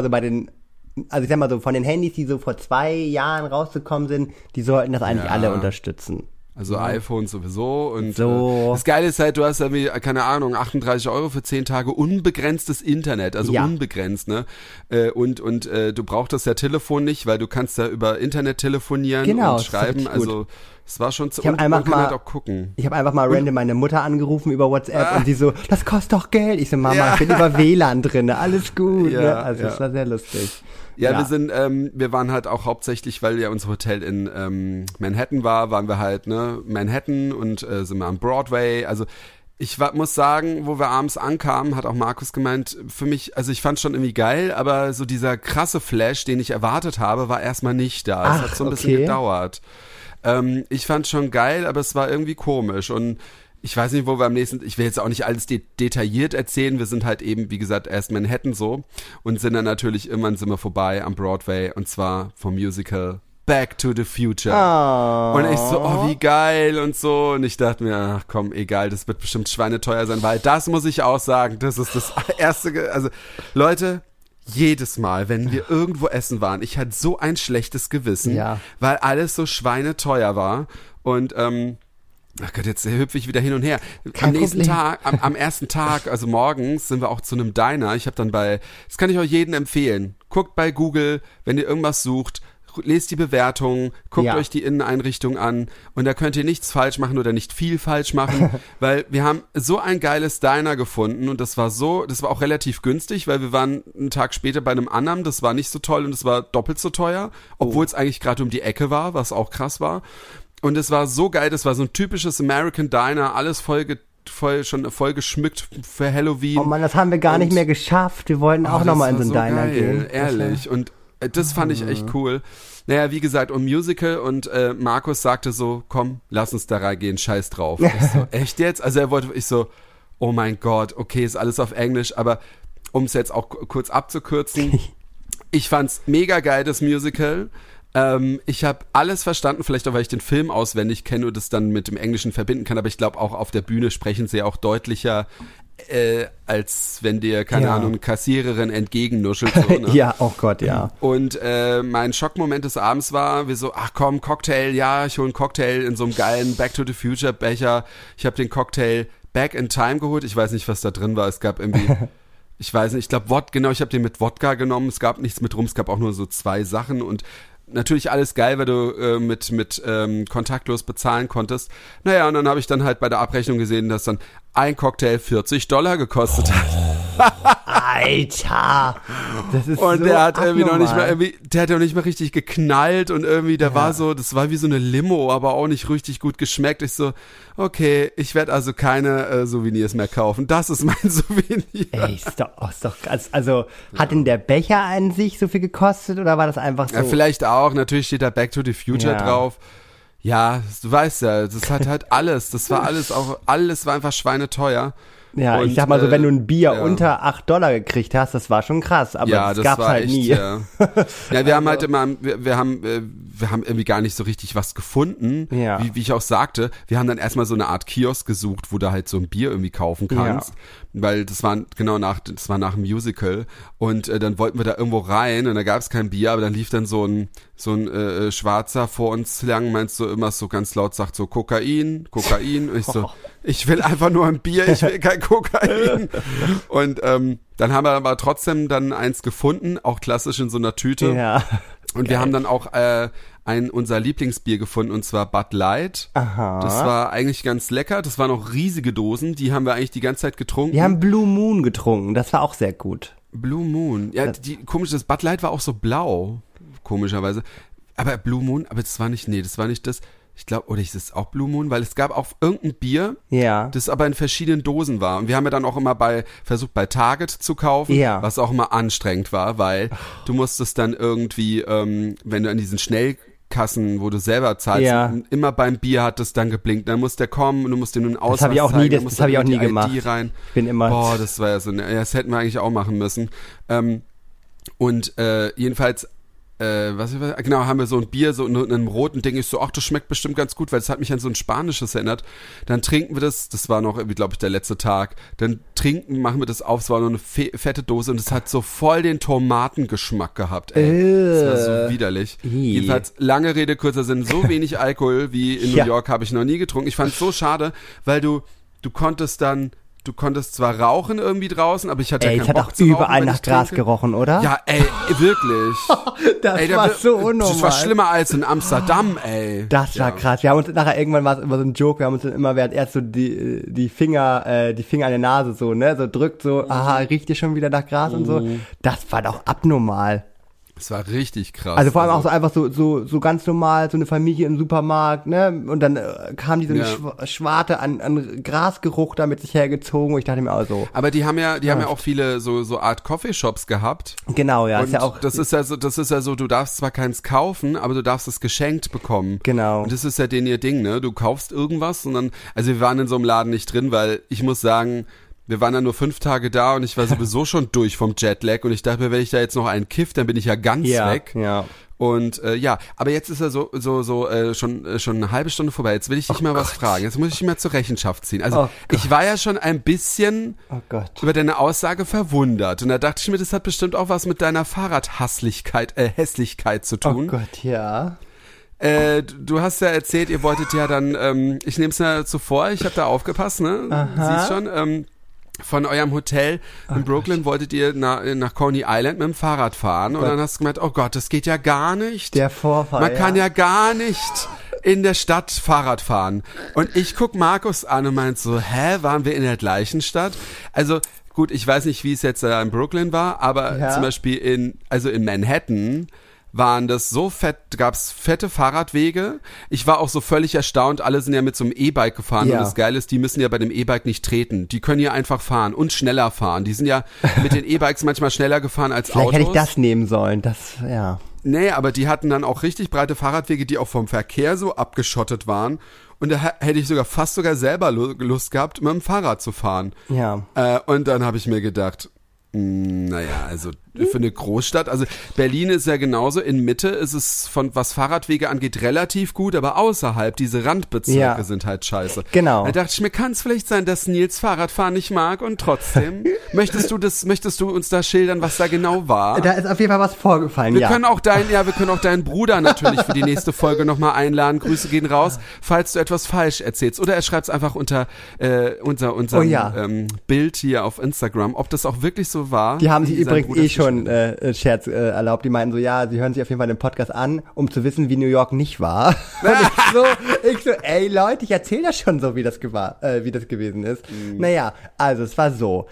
S1: so von den Handys, die so vor 2 Jahren rausgekommen sind, die sollten das eigentlich alle unterstützen.
S2: Also iPhone sowieso und das Geile ist halt, du hast irgendwie, keine Ahnung, 38 € für 10 Tage unbegrenztes Internet, also unbegrenzt, ne? Und du brauchst das Telefon nicht, weil du kannst da über Internet telefonieren und schreiben, also es war schon
S1: man kann halt auch gucken. Ich habe einfach mal random meine Mutter angerufen über WhatsApp und die so, das kostet doch Geld. Ich so, Mama, ich bin über WLAN drin, alles gut. Ne? Also das war sehr lustig.
S2: Ja, wir waren halt auch hauptsächlich, weil ja unser Hotel in Manhattan waren wir halt, ne, Manhattan und sind wir am Broadway, also ich muss sagen, wo wir abends ankamen, hat auch Markus gemeint, für mich, also ich fand's schon irgendwie geil, aber so dieser krasse Flash, den ich erwartet habe, war erstmal nicht da. Es hat so ein bisschen gedauert. Ich fand's schon geil, aber es war irgendwie komisch und ich weiß nicht, wo wir ich will jetzt auch nicht alles detailliert erzählen, wir sind halt eben, wie gesagt, erst Manhattan so und sind dann natürlich irgendwann sind wir vorbei am Broadway und zwar vom Musical Back to the Future. Oh. Und ich so, wie geil und so und ich dachte mir, ach komm, egal, das wird bestimmt schweineteuer sein, weil das muss ich auch sagen, das ist das erste, also Leute, jedes Mal, wenn wir irgendwo essen waren, ich hatte so ein schlechtes Gewissen, weil alles so schweineteuer war und ach Gott, jetzt hüpfe ich wieder hin und her. Am ersten Tag, also morgens, sind wir auch zu einem Diner. Ich habe dann das kann ich euch jedem empfehlen. Guckt bei Google, wenn ihr irgendwas sucht, lest die Bewertungen, guckt euch die Inneneinrichtung an und da könnt ihr nichts falsch machen oder nicht viel falsch machen, weil wir haben so ein geiles Diner gefunden und das war auch relativ günstig, weil wir waren einen Tag später bei einem anderen, das war nicht so toll und es war doppelt so teuer, obwohl es eigentlich gerade um die Ecke war, was auch krass war. Und es war so geil, das war so ein typisches American Diner, alles voll geschmückt für Halloween.
S1: Oh Mann, das haben wir gar nicht mehr geschafft. Wir wollten auch nochmal in so einen Diner gehen.
S2: Ehrlich. Und Das fand ich echt cool. Naja, wie gesagt, Musical und Markus sagte so, komm, lass uns da reingehen, scheiß drauf. Ich so, echt jetzt? Also ich so, oh mein Gott, okay, ist alles auf Englisch, aber um es jetzt auch kurz abzukürzen, ich fand's mega geil, das Musical. Ich habe alles verstanden, vielleicht auch, weil ich den Film auswendig kenne und das dann mit dem Englischen verbinden kann, aber ich glaube auch auf der Bühne sprechen sie auch deutlicher, als wenn dir, keine Ahnung, eine Kassiererin entgegennuschelt. So, ne?
S1: Ja, oh Gott, ja.
S2: Und mein Schockmoment des Abends war, wir so, ach komm, Cocktail, ja, ich hole einen Cocktail in so einem geilen Back to the Future Becher. Ich habe den Cocktail Back in Time geholt. Ich weiß nicht, was da drin war. Es gab irgendwie, ich weiß nicht, ich glaube, genau, ich habe den mit Wodka genommen. Es gab nichts mit rum, es gab auch nur so 2 Sachen und natürlich alles geil, weil du mit kontaktlos bezahlen konntest. Naja, und dann habe ich dann halt bei der Abrechnung gesehen, dass dann ein Cocktail $40 gekostet hat.
S1: Alter! Das ist
S2: und
S1: so
S2: der hat
S1: abnormal.
S2: irgendwie noch nicht mal der hat ja noch nicht mal richtig geknallt und irgendwie, das war wie so eine Limo, aber auch nicht richtig gut geschmeckt. Ich so, okay, ich werde also keine Souvenirs mehr kaufen. Das ist mein Souvenir.
S1: Ey, ist doch krass. Also, hat denn der Becher an sich so viel gekostet oder war das einfach so?
S2: Ja, vielleicht auch. Natürlich steht da Back to the Future drauf. Ja, du weißt ja, das hat halt alles. Das war alles war einfach schweineteuer.
S1: Ja, und, ich sag mal so, wenn du ein Bier unter $8 gekriegt hast, das war schon krass, aber das gab's halt echt, nie.
S2: Ja, wir haben halt immer, wir haben irgendwie gar nicht so richtig was gefunden, wie ich auch sagte. Wir haben dann erstmal so eine Art Kiosk gesucht, wo du halt so ein Bier irgendwie kaufen kannst, weil das war nach dem Musical und dann wollten wir da irgendwo rein und da gab's kein Bier, aber dann lief dann so ein Schwarzer vor uns lang, meinst du, immer so ganz laut sagt so Kokain und ich so, ich will einfach nur ein Bier, ich will kein Kokain. Und dann haben wir aber trotzdem dann eins gefunden, auch klassisch in so einer Tüte.
S1: Ja.
S2: Und wir haben dann auch unser Lieblingsbier gefunden, und zwar Bud Light.
S1: Aha.
S2: Das war eigentlich ganz lecker. Das waren auch riesige Dosen, die haben wir eigentlich die ganze Zeit getrunken.
S1: Wir haben Blue Moon getrunken, das war auch sehr gut.
S2: Blue Moon. Ja, das Bud Light war auch so blau, komischerweise. Aber Blue Moon, aber das war nicht das. Ich glaube, oder ist es auch Blue Moon? Weil es gab auch irgendein Bier, das aber in verschiedenen Dosen war. Und wir haben ja dann auch immer versucht bei Target zu kaufen, was auch immer anstrengend war, weil du musstest dann irgendwie, wenn du an diesen Schnellkassen, wo du selber zahlst, immer beim Bier hat das dann geblinkt. Dann muss der kommen und du musst dem einen Ausweis zeigen.
S1: Das habe ich auch nie gemacht.
S2: Rein.
S1: Ich bin immer...
S2: Boah, das war ja so, das hätten wir eigentlich auch machen müssen. Jedenfalls haben wir so ein Bier, so in einem roten Ding. Ich so, ach, das schmeckt bestimmt ganz gut, weil es hat mich an so ein spanisches erinnert. Dann trinken wir das war noch irgendwie, glaube ich, der letzte Tag. Dann machen wir das auf, es war nur eine fette Dose und es hat so voll den Tomatengeschmack gehabt, ey. Das war so widerlich. Jedenfalls, lange Rede, kurzer Sinn, so wenig Alkohol wie in New York habe ich noch nie getrunken. Ich fand es so schade, weil du konntest zwar rauchen irgendwie draußen, aber ich hatte keinen Bock zu rauchen. Ich hatte auch überall
S1: nach Gras gerochen, oder?
S2: Ja, ey, wirklich.
S1: Das war so unnormal.
S2: Das war schlimmer als in Amsterdam, ey.
S1: Das war krass. Wir haben uns nachher, irgendwann war es immer so ein Joke, wir haben uns dann immer, während erst so die Finger an der Nase so, ne, so drückt so, aha, riecht ihr schon wieder nach Gras und so. Das war doch abnormal.
S2: Es war richtig krass.
S1: Also vor allem auch so einfach so ganz normal, so eine Familie im Supermarkt, ne? Und dann kam die so eine Schwarte an Grasgeruch da mit sich hergezogen und ich dachte mir auch so.
S2: Aber die haben ja auch viele so Art Coffeeshops gehabt.
S1: Genau, ja.
S2: Und das ist ja so, du darfst zwar keins kaufen, aber du darfst es geschenkt bekommen.
S1: Genau.
S2: Und das ist ja ihr Ding, ne? Du kaufst irgendwas und dann, also wir waren in so einem Laden nicht drin, weil ich muss sagen, wir waren dann nur 5 Tage da und ich war sowieso schon durch vom Jetlag und ich dachte mir, wenn ich da jetzt noch einen kiff, dann bin ich ja ganz weg.
S1: Ja.
S2: Und aber jetzt ist er schon eine halbe Stunde vorbei. Jetzt will ich dich mal was fragen. Jetzt muss ich dich mal zur Rechenschaft ziehen. Also ich war ja schon ein bisschen über deine Aussage verwundert. Und da dachte ich mir, das hat bestimmt auch was mit deiner Hässlichkeit zu tun.
S1: Oh Gott, ja.
S2: Du hast ja erzählt, ihr wolltet ja dann, ich nehme es ja zuvor, ich habe da aufgepasst, ne?
S1: Aha.
S2: Siehst schon, von eurem Hotel in Brooklyn wolltet ihr nach Coney Island mit dem Fahrrad fahren und dann hast du gemeint, oh Gott, das geht ja gar nicht.
S1: Der Vorfall,
S2: Man kann ja gar nicht in der Stadt Fahrrad fahren. Und ich guck Markus an und meint so, waren wir in der gleichen Stadt? Also gut, ich weiß nicht, wie es jetzt in Brooklyn war, aber zum Beispiel in Manhattan waren das so fett, gab's fette Fahrradwege. Ich war auch so völlig erstaunt, alle sind ja mit so einem E-Bike gefahren und das Geile ist, die müssen ja bei dem E-Bike nicht treten. Die können ja einfach fahren und schneller fahren. Die sind ja mit den E-Bikes manchmal schneller gefahren als
S1: Vielleicht
S2: Autos.
S1: Hätte ich das nehmen sollen,
S2: Nee, aber die hatten dann auch richtig breite Fahrradwege, die auch vom Verkehr so abgeschottet waren. Und da hätte ich fast sogar selber Lust gehabt, mit dem Fahrrad zu fahren.
S1: Ja.
S2: Und dann habe ich mir gedacht, naja, also für eine Großstadt, also Berlin ist ja genauso, in Mitte ist es von was Fahrradwege angeht relativ gut, aber außerhalb, diese Randbezirke sind halt scheiße.
S1: Genau.
S2: Da dachte ich mir, kann es vielleicht sein, dass Nils Fahrradfahren nicht mag und trotzdem, möchtest du uns da schildern, was da genau war?
S1: Da ist auf jeden Fall was vorgefallen,
S2: wir können auch deinen Bruder natürlich für die nächste Folge nochmal einladen, Grüße gehen raus, falls du etwas falsch erzählst oder er schreibt es einfach unter unserem Bild hier auf Instagram, ob das auch wirklich so war.
S1: Die haben sich übrigens schon Scherz erlaubt. Die meinten so, ja, sie hören sich auf jeden Fall den Podcast an, um zu wissen, wie New York nicht war. Und ich so, ey Leute, ich erzähle das schon so, wie das gewesen ist. Naja, also es war so.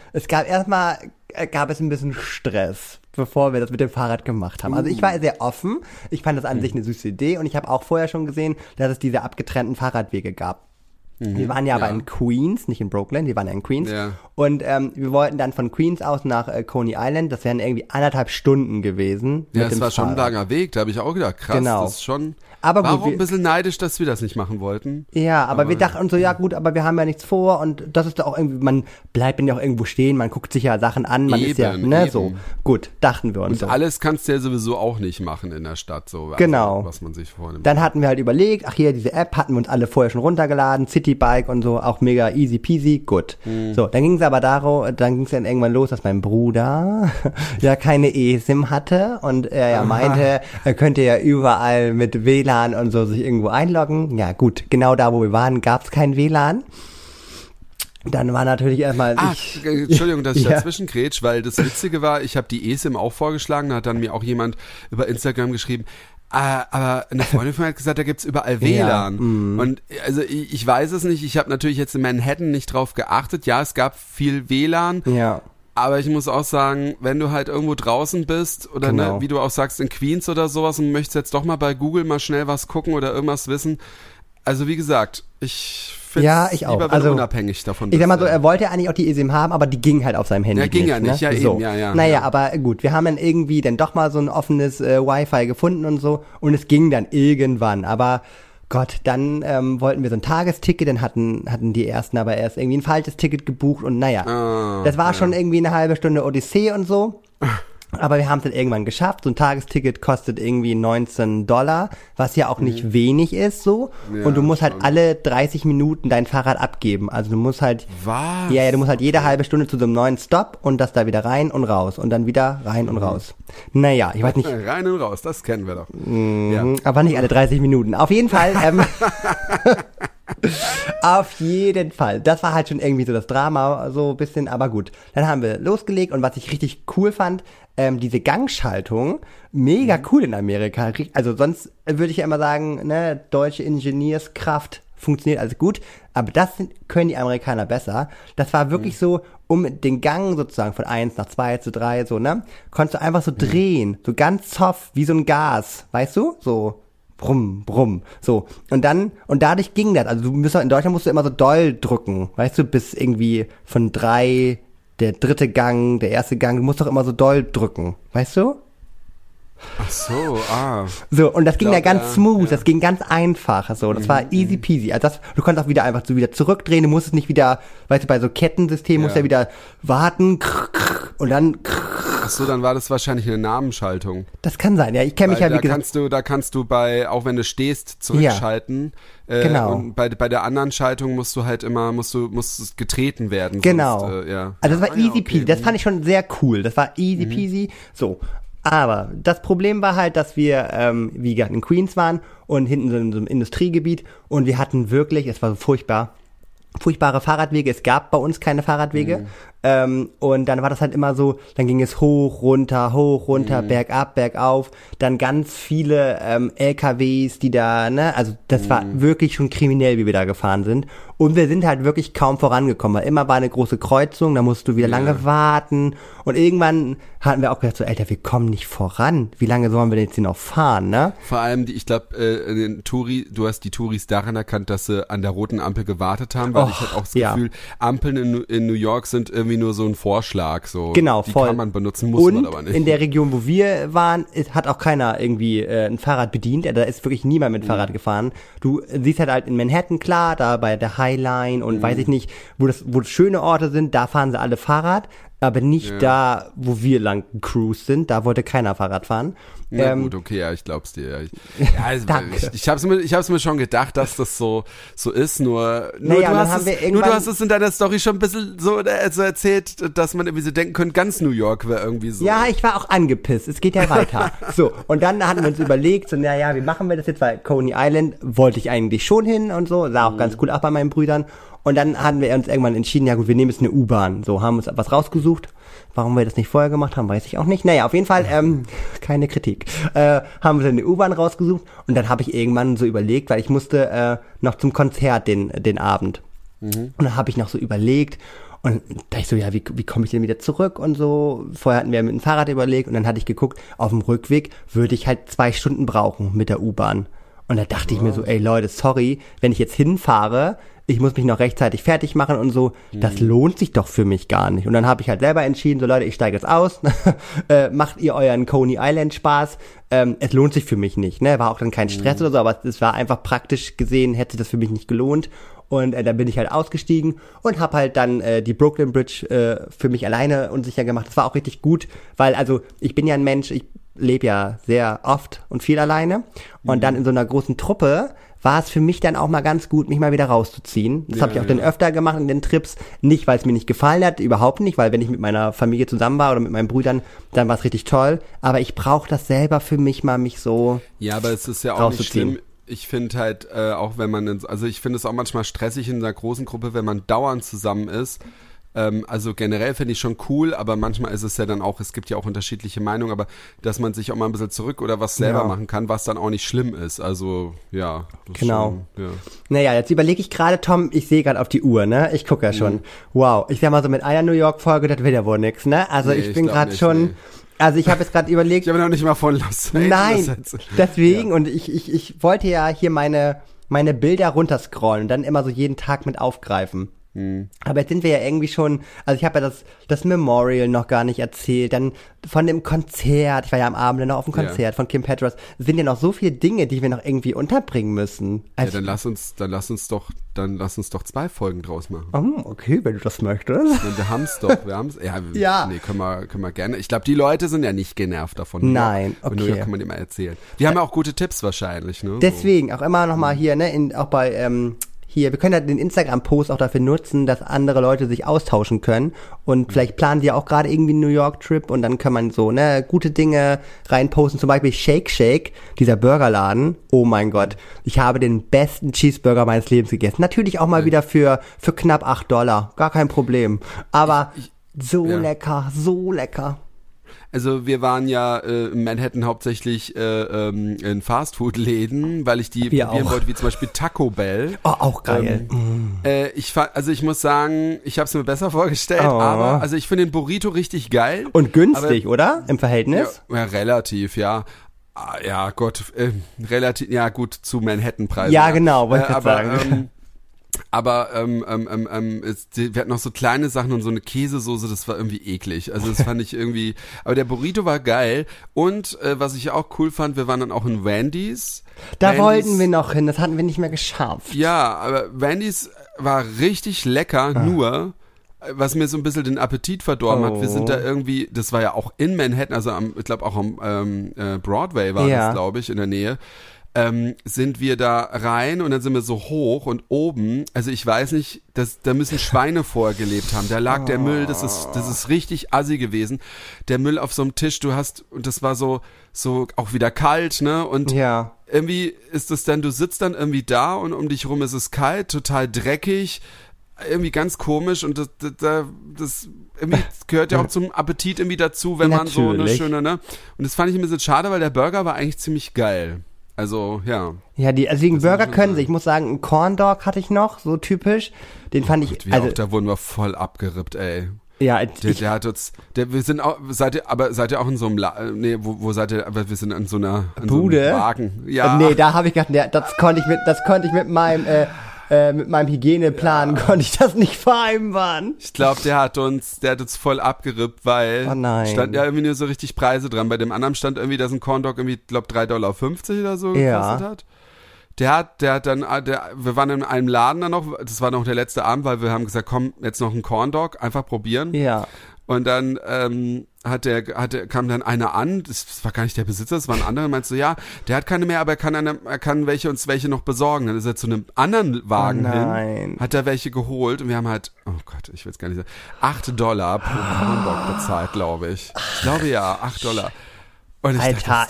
S1: Gab es ein bisschen Stress, bevor wir das mit dem Fahrrad gemacht haben. Also ich war sehr offen. Ich fand das an sich eine süße Idee und ich habe auch vorher schon gesehen, dass es diese abgetrennten Fahrradwege gab. Wir waren ja aber in Queens, nicht in Brooklyn, wir waren ja in Queens. Ja. Und wir wollten dann von Queens aus nach Coney Island, das wären irgendwie 1,5 Stunden gewesen.
S2: Ja, das war schon ein langer Weg, da habe ich auch gedacht, krass, das ist schon... Aber gut, war auch ein bisschen neidisch, dass wir das nicht machen wollten.
S1: Ja, aber wir dachten uns so, ja gut, aber wir haben ja nichts vor und das ist doch auch irgendwie, man bleibt ja auch irgendwo stehen, man guckt sich ja Sachen an, man ist ja, so. Gut, dachten wir uns so.
S2: Und alles kannst du ja sowieso auch nicht machen in der Stadt, so. Also,
S1: genau.
S2: Was man sich vornimmt.
S1: Dann hatten wir halt überlegt, hier, diese App hatten wir uns alle vorher schon runtergeladen, Citybike und so, auch mega easy peasy, gut. So, dann ging es aber dann irgendwann los, dass mein Bruder ja keine eSIM hatte und er ja meinte, er könnte ja überall mit WLAN und so sich irgendwo einloggen. Ja gut, genau da, wo wir waren, gab es kein WLAN. Dann war natürlich erstmal...
S2: Entschuldigung, dass ich dazwischen grätsch, weil das Witzige war, ich habe die eSIM auch vorgeschlagen, da hat dann mir auch jemand über Instagram geschrieben, aber eine Freundin von mir hat gesagt, da gibt's überall WLAN. Ja, und also ich weiß es nicht, ich habe natürlich jetzt in Manhattan nicht drauf geachtet. Ja, es gab viel WLAN.
S1: Ja.
S2: Aber ich muss auch sagen, wenn du halt irgendwo draußen bist oder ne, wie du auch sagst, in Queens oder sowas und möchtest jetzt doch mal bei Google mal schnell was gucken oder irgendwas wissen. Also wie gesagt, ich finde es lieber, wenn du unabhängig davon bist.
S1: Ich sag mal so, er wollte ja eigentlich auch die eSIM haben, aber die ging halt auf seinem Handy
S2: nicht. Ja, ging ja nicht,
S1: ne?
S2: Ja
S1: so.
S2: eben, ja.
S1: Naja, aber gut, wir haben dann irgendwie dann doch mal so ein offenes Wi-Fi gefunden und so und es ging dann irgendwann, aber... Gott, dann wollten wir so ein Tagesticket, dann hatten die ersten aber erst irgendwie ein falsches Ticket gebucht und naja, das war schon irgendwie eine halbe Stunde Odyssee und so. Aber wir haben es dann irgendwann geschafft. So ein Tagesticket kostet irgendwie $19, was ja auch nicht wenig ist so. Ja, und du musst halt alle 30 Minuten dein Fahrrad abgeben. Also du musst halt...
S2: Was?
S1: Ja, du musst halt jede halbe Stunde zu so einem neuen Stop und das da wieder rein und raus. Und dann wieder rein und raus. Naja, ich weiß nicht...
S2: Rein und raus, das kennen wir doch.
S1: Aber nicht alle 30 Minuten. Auf jeden Fall... Auf jeden Fall. Das war halt schon irgendwie so das Drama, so ein bisschen, aber gut. Dann haben wir losgelegt und was ich richtig cool fand, diese Gangschaltung, mega cool in Amerika. Also sonst würde ich ja immer sagen, ne, deutsche Ingenieurskraft funktioniert alles gut, aber das können die Amerikaner besser. Das war wirklich so, um den Gang sozusagen von 1 nach 2 zu 3, so, ne, konntest du einfach so drehen, so ganz soft, wie so ein Gas, weißt du, so. Brumm, brumm, so. Und dadurch ging das. Also in Deutschland musst du immer so doll drücken, weißt du, bis irgendwie von 3, der dritte Gang, der erste Gang, du musst doch immer so doll drücken, weißt du?
S2: Ach so,
S1: So, und das ging ja ganz smooth, das ging ganz einfach, so, das war easy peasy. Also du konntest auch wieder einfach so wieder zurückdrehen, du musstest nicht wieder, weißt du, bei so Kettensystemen musst du ja wieder warten, und dann.
S2: Ach so, dann war das wahrscheinlich eine Namenschaltung.
S1: Das kann sein, ja, ich kenne mich ja, wie gesagt.
S2: Da kannst du bei, auch wenn du stehst, zurückschalten.
S1: Ja, genau.
S2: Und bei der anderen Schaltung musst du halt immer, musst getreten werden.
S1: Genau.
S2: Sonst, ja.
S1: Also das war easy peasy, das fand ich schon sehr cool, das war easy peasy, so. Aber das Problem war halt, dass wir, wie gesagt, in Queens waren und hinten so in so einem Industriegebiet und wir hatten wirklich, es war so furchtbare Fahrradwege. Es gab bei uns keine Fahrradwege. Und dann war das halt immer so, dann ging es hoch, runter, bergab, bergauf, dann ganz viele LKWs, die da, ne, also das war wirklich schon kriminell, wie wir da gefahren sind. Und wir sind halt wirklich kaum vorangekommen, weil immer war eine große Kreuzung, da musst du wieder lange warten. Und irgendwann hatten wir auch gedacht, so, Alter, wir kommen nicht voran. Wie lange sollen wir denn jetzt hier noch fahren, ne?
S2: Vor allem, ich glaube, du hast die Touris daran erkannt, dass sie an der roten Ampel gewartet haben, weil ich hatte auch das Gefühl, Ampeln in New York sind irgendwie nur so ein Vorschlag, so.
S1: Genau,
S2: die
S1: voll.
S2: kann man benutzen, muss man aber nicht.
S1: In der Region, wo wir waren, hat auch keiner irgendwie ein Fahrrad bedient. Da ist wirklich niemand mit Fahrrad gefahren. Du siehst halt in Manhattan, klar, da bei der Highline und weiß ich nicht, wo das schöne Orte sind, da fahren sie alle Fahrrad, aber nicht da, wo wir lang gecruised sind, da wollte keiner Fahrrad fahren.
S2: Na gut, okay, ja, ich glaub's dir. Also,
S1: Danke.
S2: Ich hab's mir schon gedacht, dass das so ist, nur du hast es in deiner Story schon ein bisschen so erzählt, dass man irgendwie so denken könnte, ganz New York wäre irgendwie so.
S1: Ja, ich war auch angepisst, es geht ja weiter. So, und dann hatten wir uns überlegt, so, naja, wie machen wir das jetzt, weil Coney Island wollte ich eigentlich schon hin und so, sah auch ganz cool aus bei meinen Brüdern. Und dann hatten wir uns irgendwann entschieden, ja gut, wir nehmen jetzt eine U-Bahn. So, haben uns was rausgesucht. Warum wir das nicht vorher gemacht haben, weiß ich auch nicht. Naja, auf jeden Fall, keine Kritik. Haben wir dann eine U-Bahn rausgesucht und dann habe ich irgendwann so überlegt, weil ich musste noch zum Konzert den Abend. Und dann habe ich noch so überlegt und da ich so, ja, wie komme ich denn wieder zurück und so. Vorher hatten wir mit dem Fahrrad überlegt und dann hatte ich geguckt, auf dem Rückweg würde ich halt 2 Stunden brauchen mit der U-Bahn. Und da dachte ich mir so, ey Leute, sorry, wenn ich jetzt hinfahre, ich muss mich noch rechtzeitig fertig machen und so, das lohnt sich doch für mich gar nicht. Und dann habe ich halt selber entschieden, so Leute, ich steige jetzt aus, macht ihr euren Coney Island Spaß, es lohnt sich für mich nicht, ne, war auch dann kein Stress oder so, aber es war einfach praktisch gesehen, hätte sich das für mich nicht gelohnt. Und dann bin ich halt ausgestiegen und habe halt dann die Brooklyn Bridge für mich alleine unsicher gemacht. Das war auch richtig gut, weil also ich bin ja ein Mensch, ich lebe ja sehr oft und viel alleine und dann in so einer großen Truppe war es für mich dann auch mal ganz gut, mich mal wieder rauszuziehen. Das habe ich auch dann öfter gemacht in den Trips. Nicht, weil es mir nicht gefallen hat, überhaupt nicht, weil wenn ich mit meiner Familie zusammen war oder mit meinen Brüdern, dann war es richtig toll. Aber ich brauche das selber für mich mal, mich so
S2: ja, aber es ist ja auch nicht schlimm. Ich finde halt, auch wenn man, also ich finde es auch manchmal stressig in einer großen Gruppe, wenn man dauernd zusammen ist. Also generell finde ich schon cool, aber manchmal ist es ja dann auch, es gibt ja auch unterschiedliche Meinungen, aber dass man sich auch mal ein bisschen zurück oder was selber machen kann, was dann auch nicht schlimm ist. Also, ja.
S1: Genau.
S2: Schon, ja.
S1: Naja, jetzt überlege ich gerade, Tom, ich sehe gerade auf die Uhr, ne? Ich gucke ja schon. Wow, ich sag mal so mit einer New York-Folge, das will ja wohl nix, ne? Also ich bin gerade schon... Nee. Also ich habe jetzt gerade überlegt...
S2: Ich habe noch nicht mal von Los Angeles.
S1: Nein, deswegen, und ich wollte ja hier meine Bilder runterscrollen und dann immer so jeden Tag mit aufgreifen. Aber jetzt sind wir ja irgendwie schon, also ich habe ja das Memorial noch gar nicht erzählt, dann von dem Konzert, ich war ja am Abend noch auf dem Konzert von Kim Petras, es sind ja noch so viele Dinge, die wir noch irgendwie unterbringen müssen. Also
S2: ja, dann lass uns doch 2 Folgen draus machen.
S1: Oh, okay, wenn du das möchtest.
S2: Wir haben's doch, ja. Nee, können wir gerne. Ich glaube, die Leute sind ja nicht genervt davon.
S1: Nein, okay.
S2: New York kann man immer erzählen. Die haben ja auch gute Tipps wahrscheinlich, ne?
S1: Deswegen, auch immer noch mal hier, ne, auch bei, hier, wir können ja den Instagram-Post auch dafür nutzen, dass andere Leute sich austauschen können und vielleicht planen die ja auch gerade irgendwie einen New York-Trip und dann kann man so, ne, gute Dinge reinposten, zum Beispiel Shake Shake, dieser Burgerladen, oh mein Gott, ich habe den besten Cheeseburger meines Lebens gegessen, natürlich auch mal wieder für knapp $8, gar kein Problem, aber lecker, so lecker.
S2: Also wir waren ja in Manhattan hauptsächlich in Fastfood-Läden, weil ich die probieren wollte, wie zum Beispiel Taco Bell.
S1: Oh, auch geil.
S2: Ich muss sagen, ich habe es mir besser vorgestellt, aber also ich finde den Burrito richtig geil.
S1: Und günstig, oder? Im Verhältnis?
S2: Ja, relativ, ja. Ja, Gott, relativ, ja gut, zu Manhattan-Preisen.
S1: Ja, genau, wollte ich gerade sagen.
S2: Aber wir hatten noch so kleine Sachen und so eine Käsesoße, das war irgendwie eklig. Also das fand ich irgendwie, aber der Burrito war geil. Und was ich auch cool fand, wir waren dann auch in Wendy's.
S1: Da wollten wir noch hin, das hatten wir nicht mehr geschafft.
S2: Ja, aber Wendy's war richtig lecker, nur was mir so ein bisschen den Appetit verdorben hat. Wir sind da irgendwie, das war ja auch in Manhattan, also ich glaube auch am Broadway war das, glaube ich, in der Nähe. Sind wir da rein und dann sind wir so hoch und oben, also ich weiß nicht, da müssen Schweine vorher gelebt haben. Da lag der Müll, das ist richtig assi gewesen. Der Müll auf so einem Tisch, und das war so auch wieder kalt, ne? Und irgendwie ist es dann, du sitzt dann irgendwie da und um dich rum ist es kalt, total dreckig. irgendwie ganz komisch und das irgendwie gehört ja auch zum Appetit irgendwie dazu, wenn man so eine schöne, ne? Und das fand ich ein bisschen schade, weil der Burger war eigentlich ziemlich geil. Also, ja.
S1: Ja, also wegen Burger können sie. Ich muss sagen, einen Corn Dog hatte ich noch, so typisch. Den fand ich,
S2: also. Da wurden wir voll abgerippt, ey.
S1: Ja,
S2: der hat uns, wir sind auch, seid ihr auch in so einem, wo seid ihr, aber wir sind in so einer,
S1: Bude?
S2: So einem Wagen. Ja.
S1: Nee, da habe ich gedacht, das konnte ich mit meinem Hygieneplan konnte ich das nicht vereinbaren.
S2: Ich glaube, der hat uns voll abgerippt, weil stand ja irgendwie nur so richtig Preise dran. Bei dem anderen stand irgendwie, dass ein Corn Dog irgendwie, glaube $3,50 oder so gekostet hat. Der hat dann, wir waren in einem Laden dann noch, das war noch der letzte Abend, weil wir haben gesagt, komm, jetzt noch ein Corn Dog, einfach probieren.
S1: Ja.
S2: Und dann kam dann einer an, das war gar nicht der Besitzer, das war ein anderer, meinst du, ja, der hat keine mehr, aber er kann welche noch besorgen. Dann ist er zu einem anderen Wagen hin, hat er welche geholt und wir haben halt, oh Gott, ich will es gar nicht sagen, $8 pro Corn Dog bezahlt, glaube ich. Ich glaube ja, $8. Und
S1: Alter,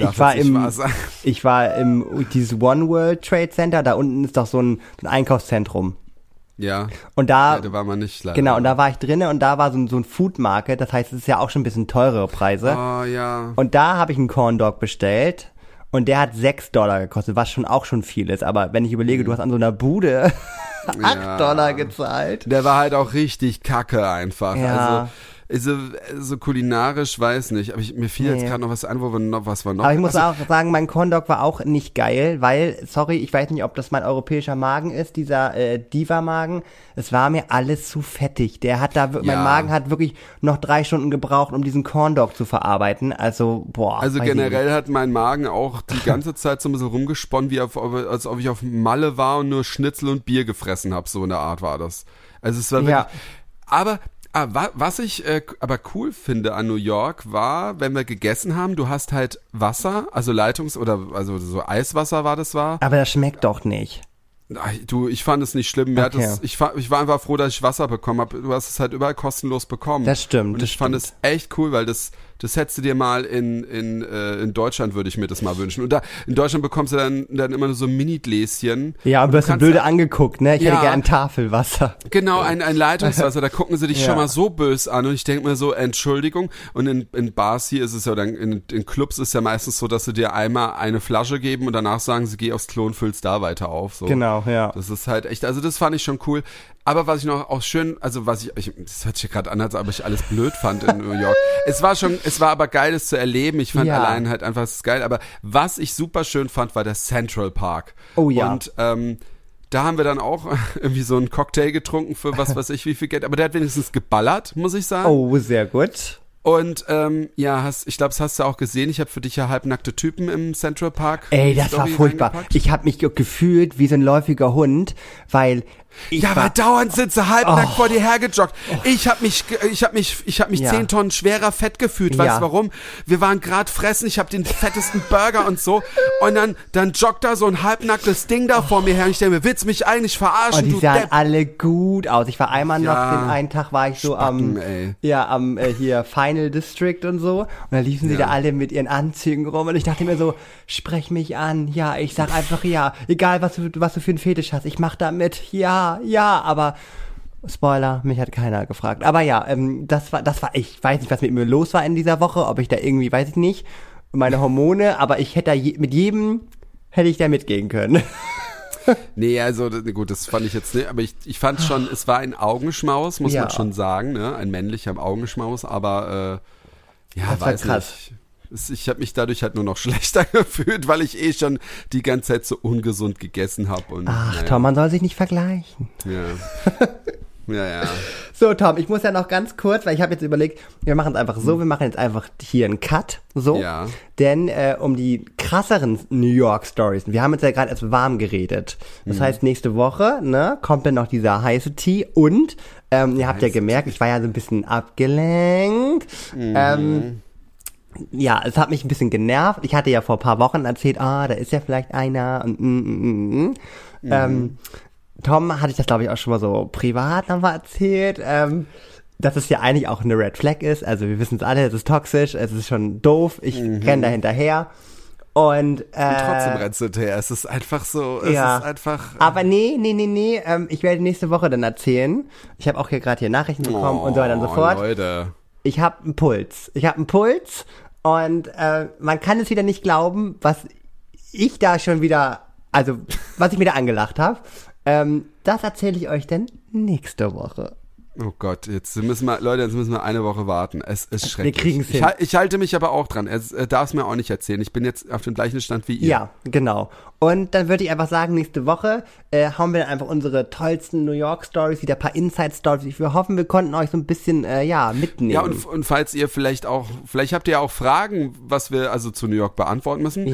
S1: ich war im dieses One World Trade Center, da unten ist doch so ein Einkaufszentrum.
S2: Ja.
S1: Und da
S2: war man nicht leider.
S1: Genau, und da war ich drinnen und da war so ein Food Market, das heißt, es ist ja auch schon ein bisschen teurere Preise.
S2: Oh, ja.
S1: Und da habe ich einen Corn Dog bestellt und der hat $6 gekostet, was auch schon viel ist, aber wenn ich überlege, du hast an so einer Bude $8 gezahlt.
S2: Der war halt auch richtig kacke einfach,
S1: ja.
S2: Also so kulinarisch, weiß nicht, aber mir fiel jetzt gerade noch was an, was war noch.
S1: Aber ich muss auch sagen, mein Corn Dog war auch nicht geil, weil, sorry, ich weiß nicht, ob das mein europäischer Magen ist, dieser Diva-Magen, es war mir alles zu fettig. Mein Magen hat wirklich noch 3 Stunden gebraucht, um diesen Corn Dog zu verarbeiten, also, boah.
S2: Also generell hat mein Magen auch die ganze Zeit so ein bisschen rumgesponnen, als ob ich auf Malle war und nur Schnitzel und Bier gefressen habe, so in der Art war das. Also es war wirklich, aber was ich aber cool finde an New York war, wenn wir gegessen haben, du hast halt Wasser, also also so Eiswasser war.
S1: Aber das schmeckt doch nicht.
S2: Du, ich fand es nicht schlimm. Ich war einfach froh, dass ich Wasser bekommen habe. Du hast es halt überall kostenlos bekommen.
S1: Das stimmt.
S2: Und ich fand es echt cool, weil das hättest du dir mal in Deutschland, würde ich mir das mal wünschen. Und da in Deutschland bekommst du dann immer nur so Mini-Gläschen.
S1: Ja, und du hast so blöde angeguckt, ne? Ich hätte gerne ein Tafelwasser.
S2: Genau, ein Leitungswasser. Da gucken sie dich schon mal so böse an. Und ich denke mir so, Entschuldigung. Und in Bars hier ist es ja dann, in Clubs ist ja meistens so, dass sie dir einmal eine Flasche geben und danach sagen sie, geh aufs Klo und füllst da weiter auf. So.
S1: Genau, ja.
S2: Das ist halt echt, also das fand ich schon cool. Aber was ich noch auch schön, also das hört sich gerade an, als ob ich alles blöd fand in New York. Es war aber geil, es zu erleben. Ich fand allein halt einfach, es ist geil. Aber was ich super schön fand, war der Central Park.
S1: Oh ja.
S2: Und da haben wir dann auch irgendwie so einen Cocktail getrunken für was weiß ich wie viel Geld. Aber der hat wenigstens geballert, muss ich sagen.
S1: Oh, sehr gut.
S2: Und ich glaube, das hast du auch gesehen. Ich habe für dich ja halbnackte Typen im Central Park.
S1: Ey, das war furchtbar. Ich habe mich gefühlt wie so ein läufiger Hund, weil
S2: weil dauernd sind sie halbnackt vor dir hergejoggt. Ich hab mich 10 Tonnen schwerer Fett gefühlt. Weißt du warum? Wir waren gerade fressen, ich habe den fettesten Burger und so. Und dann joggt da so ein halbnacktes Ding da vor mir her. Und ich denke mir, willst du mich eigentlich verarschen?
S1: Und die sahen alle gut aus. Ich war einmal noch, den einen Tag war ich so am hier Final District und so. Und da liefen sie da alle mit ihren Anzügen rum. Und ich dachte mir so, sprech mich an. Ja, ich sag einfach ja. Egal, was du für einen Fetisch hast. Ich mach da mit. Ja, aber Spoiler, mich hat keiner gefragt. Aber ja, das war, ich weiß nicht, was mit mir los war in dieser Woche, ob ich da irgendwie, weiß ich nicht, meine Hormone, aber ich hätte mit jedem hätte ich da mitgehen können.
S2: Nee, also gut, das fand ich jetzt nicht, aber ich fand schon, es war ein Augenschmaus, muss man schon sagen, ne, ein männlicher Augenschmaus, aber
S1: das war krass.
S2: Nicht. Ich habe mich dadurch halt nur noch schlechter gefühlt, weil ich schon die ganze Zeit so ungesund gegessen habe.
S1: Ach, Tom, man soll sich nicht vergleichen.
S2: Ja.
S1: So, Tom, ich muss ja noch ganz kurz, weil ich habe jetzt überlegt, wir machen es einfach so, wir machen jetzt einfach hier einen Cut, so. Ja. Denn um die krasseren New York Stories, wir haben jetzt ja gerade erst warm geredet. Das heißt, nächste Woche, ne, kommt dann noch dieser heiße Tee und ihr habt ja gemerkt, ich war ja so ein bisschen abgelenkt. Ja, es hat mich ein bisschen genervt. Ich hatte ja vor ein paar Wochen erzählt, da ist ja vielleicht einer und Tom hatte ich das, glaube ich, auch schon mal so privat nochmal erzählt, dass es ja eigentlich auch eine Red Flag ist. Also wir wissen es alle, es ist toxisch, es ist schon doof, ich renne da hinterher. Und
S2: trotzdem rennst du hinterher. Es ist einfach so, ist einfach...
S1: Aber nee. Ich werde nächste Woche dann erzählen. Ich habe auch hier gerade Nachrichten bekommen und so weiter und so fort.
S2: Leute.
S1: Ich habe einen Puls. Und man kann es wieder nicht glauben, was ich da schon wieder, also was ich mir da angelacht habe. Das erzähle ich euch dann nächste Woche.
S2: Oh Gott, jetzt müssen wir eine Woche warten. Es ist schrecklich.
S1: Wir kriegen's hin.
S2: Ich halte mich aber auch dran. Er darf es mir auch nicht erzählen. Ich bin jetzt auf dem gleichen Stand wie ihr.
S1: Ja, genau. Und dann würde ich einfach sagen, nächste Woche hauen wir dann einfach unsere tollsten New York Stories, wieder ein paar Inside Stories. Wir hoffen, wir konnten euch so ein bisschen, mitnehmen.
S2: Ja, und falls ihr vielleicht habt ihr ja auch Fragen, was wir also zu New York beantworten müssen,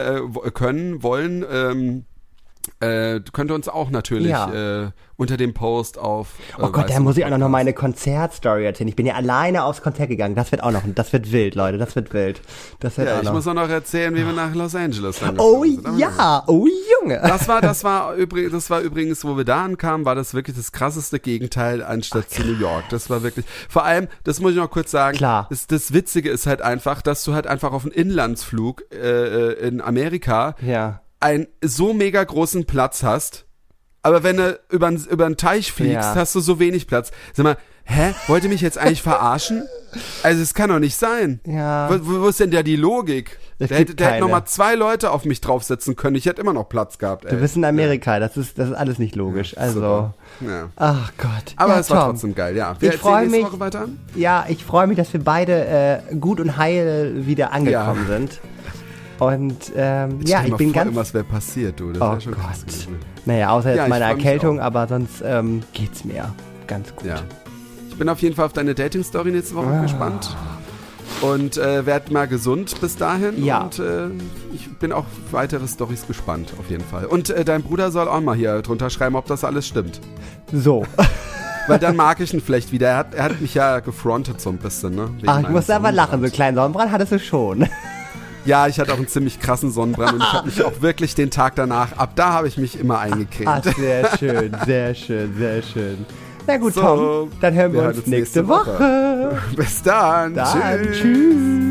S2: wollen, könnt ihr uns auch natürlich unter dem Post auf...
S1: oh Gott, da muss ich auch noch meine Konzertstory erzählen. Ich bin ja alleine aufs Konzert gegangen. Das wird wild, Leute. Das wird wild.
S2: Ich muss auch noch erzählen, wie wir nach Los Angeles dann
S1: sind. Oh Junge.
S2: Das war übrigens, wo wir da ankamen, war das wirklich das krasseste Gegenteil anstatt zu New York. Das war wirklich, vor allem, das muss ich noch kurz sagen,
S1: klar.
S2: Das Witzige ist halt einfach, dass du halt einfach auf einen Inlandsflug in Amerika einen so mega großen Platz hast, aber wenn du über einen Teich fliegst, hast du so wenig Platz. Sag mal, wollt ihr mich jetzt eigentlich verarschen? Also es kann doch nicht sein.
S1: Ja.
S2: Wo ist denn da die Logik? Der hätte noch mal 2 Leute auf mich draufsetzen können. Ich hätte immer noch Platz gehabt. Ey.
S1: Du bist in Amerika, das ist alles nicht logisch. Also, ach Gott.
S2: Aber es war trotzdem geil, ja. Wir erzählen nächste Woche weiter.
S1: Ja, ich freue mich, dass wir beide gut und heil wieder angekommen sind. Und ich bin ganz...
S2: was wäre passiert, du. Das wäre schon krass gewesen.
S1: Naja, außer jetzt meine Erkältung, aber sonst geht's mir ganz gut.
S2: Ja. Ich bin auf jeden Fall auf deine Dating-Story nächste Woche gespannt. Und werd mal gesund bis dahin.
S1: Ja.
S2: Und ich bin auf weitere Storys gespannt, auf jeden Fall. Und dein Bruder soll auch mal hier drunter schreiben, ob das alles stimmt.
S1: So.
S2: Weil dann mag ich ihn vielleicht wieder. Er hat mich ja gefrontet so ein bisschen, ne?
S1: Ich muss aber lachen, so einen kleinen Sonnenbrand hattest du schon.
S2: Ja, ich hatte auch einen ziemlich krassen Sonnenbrand und ich habe mich auch wirklich den Tag danach, ab da habe ich mich immer eingecremt.
S1: Sehr schön, sehr schön, sehr schön. Na gut, Tom, dann hören wir uns nächste Woche.
S2: Bis dann.
S1: Tschüss.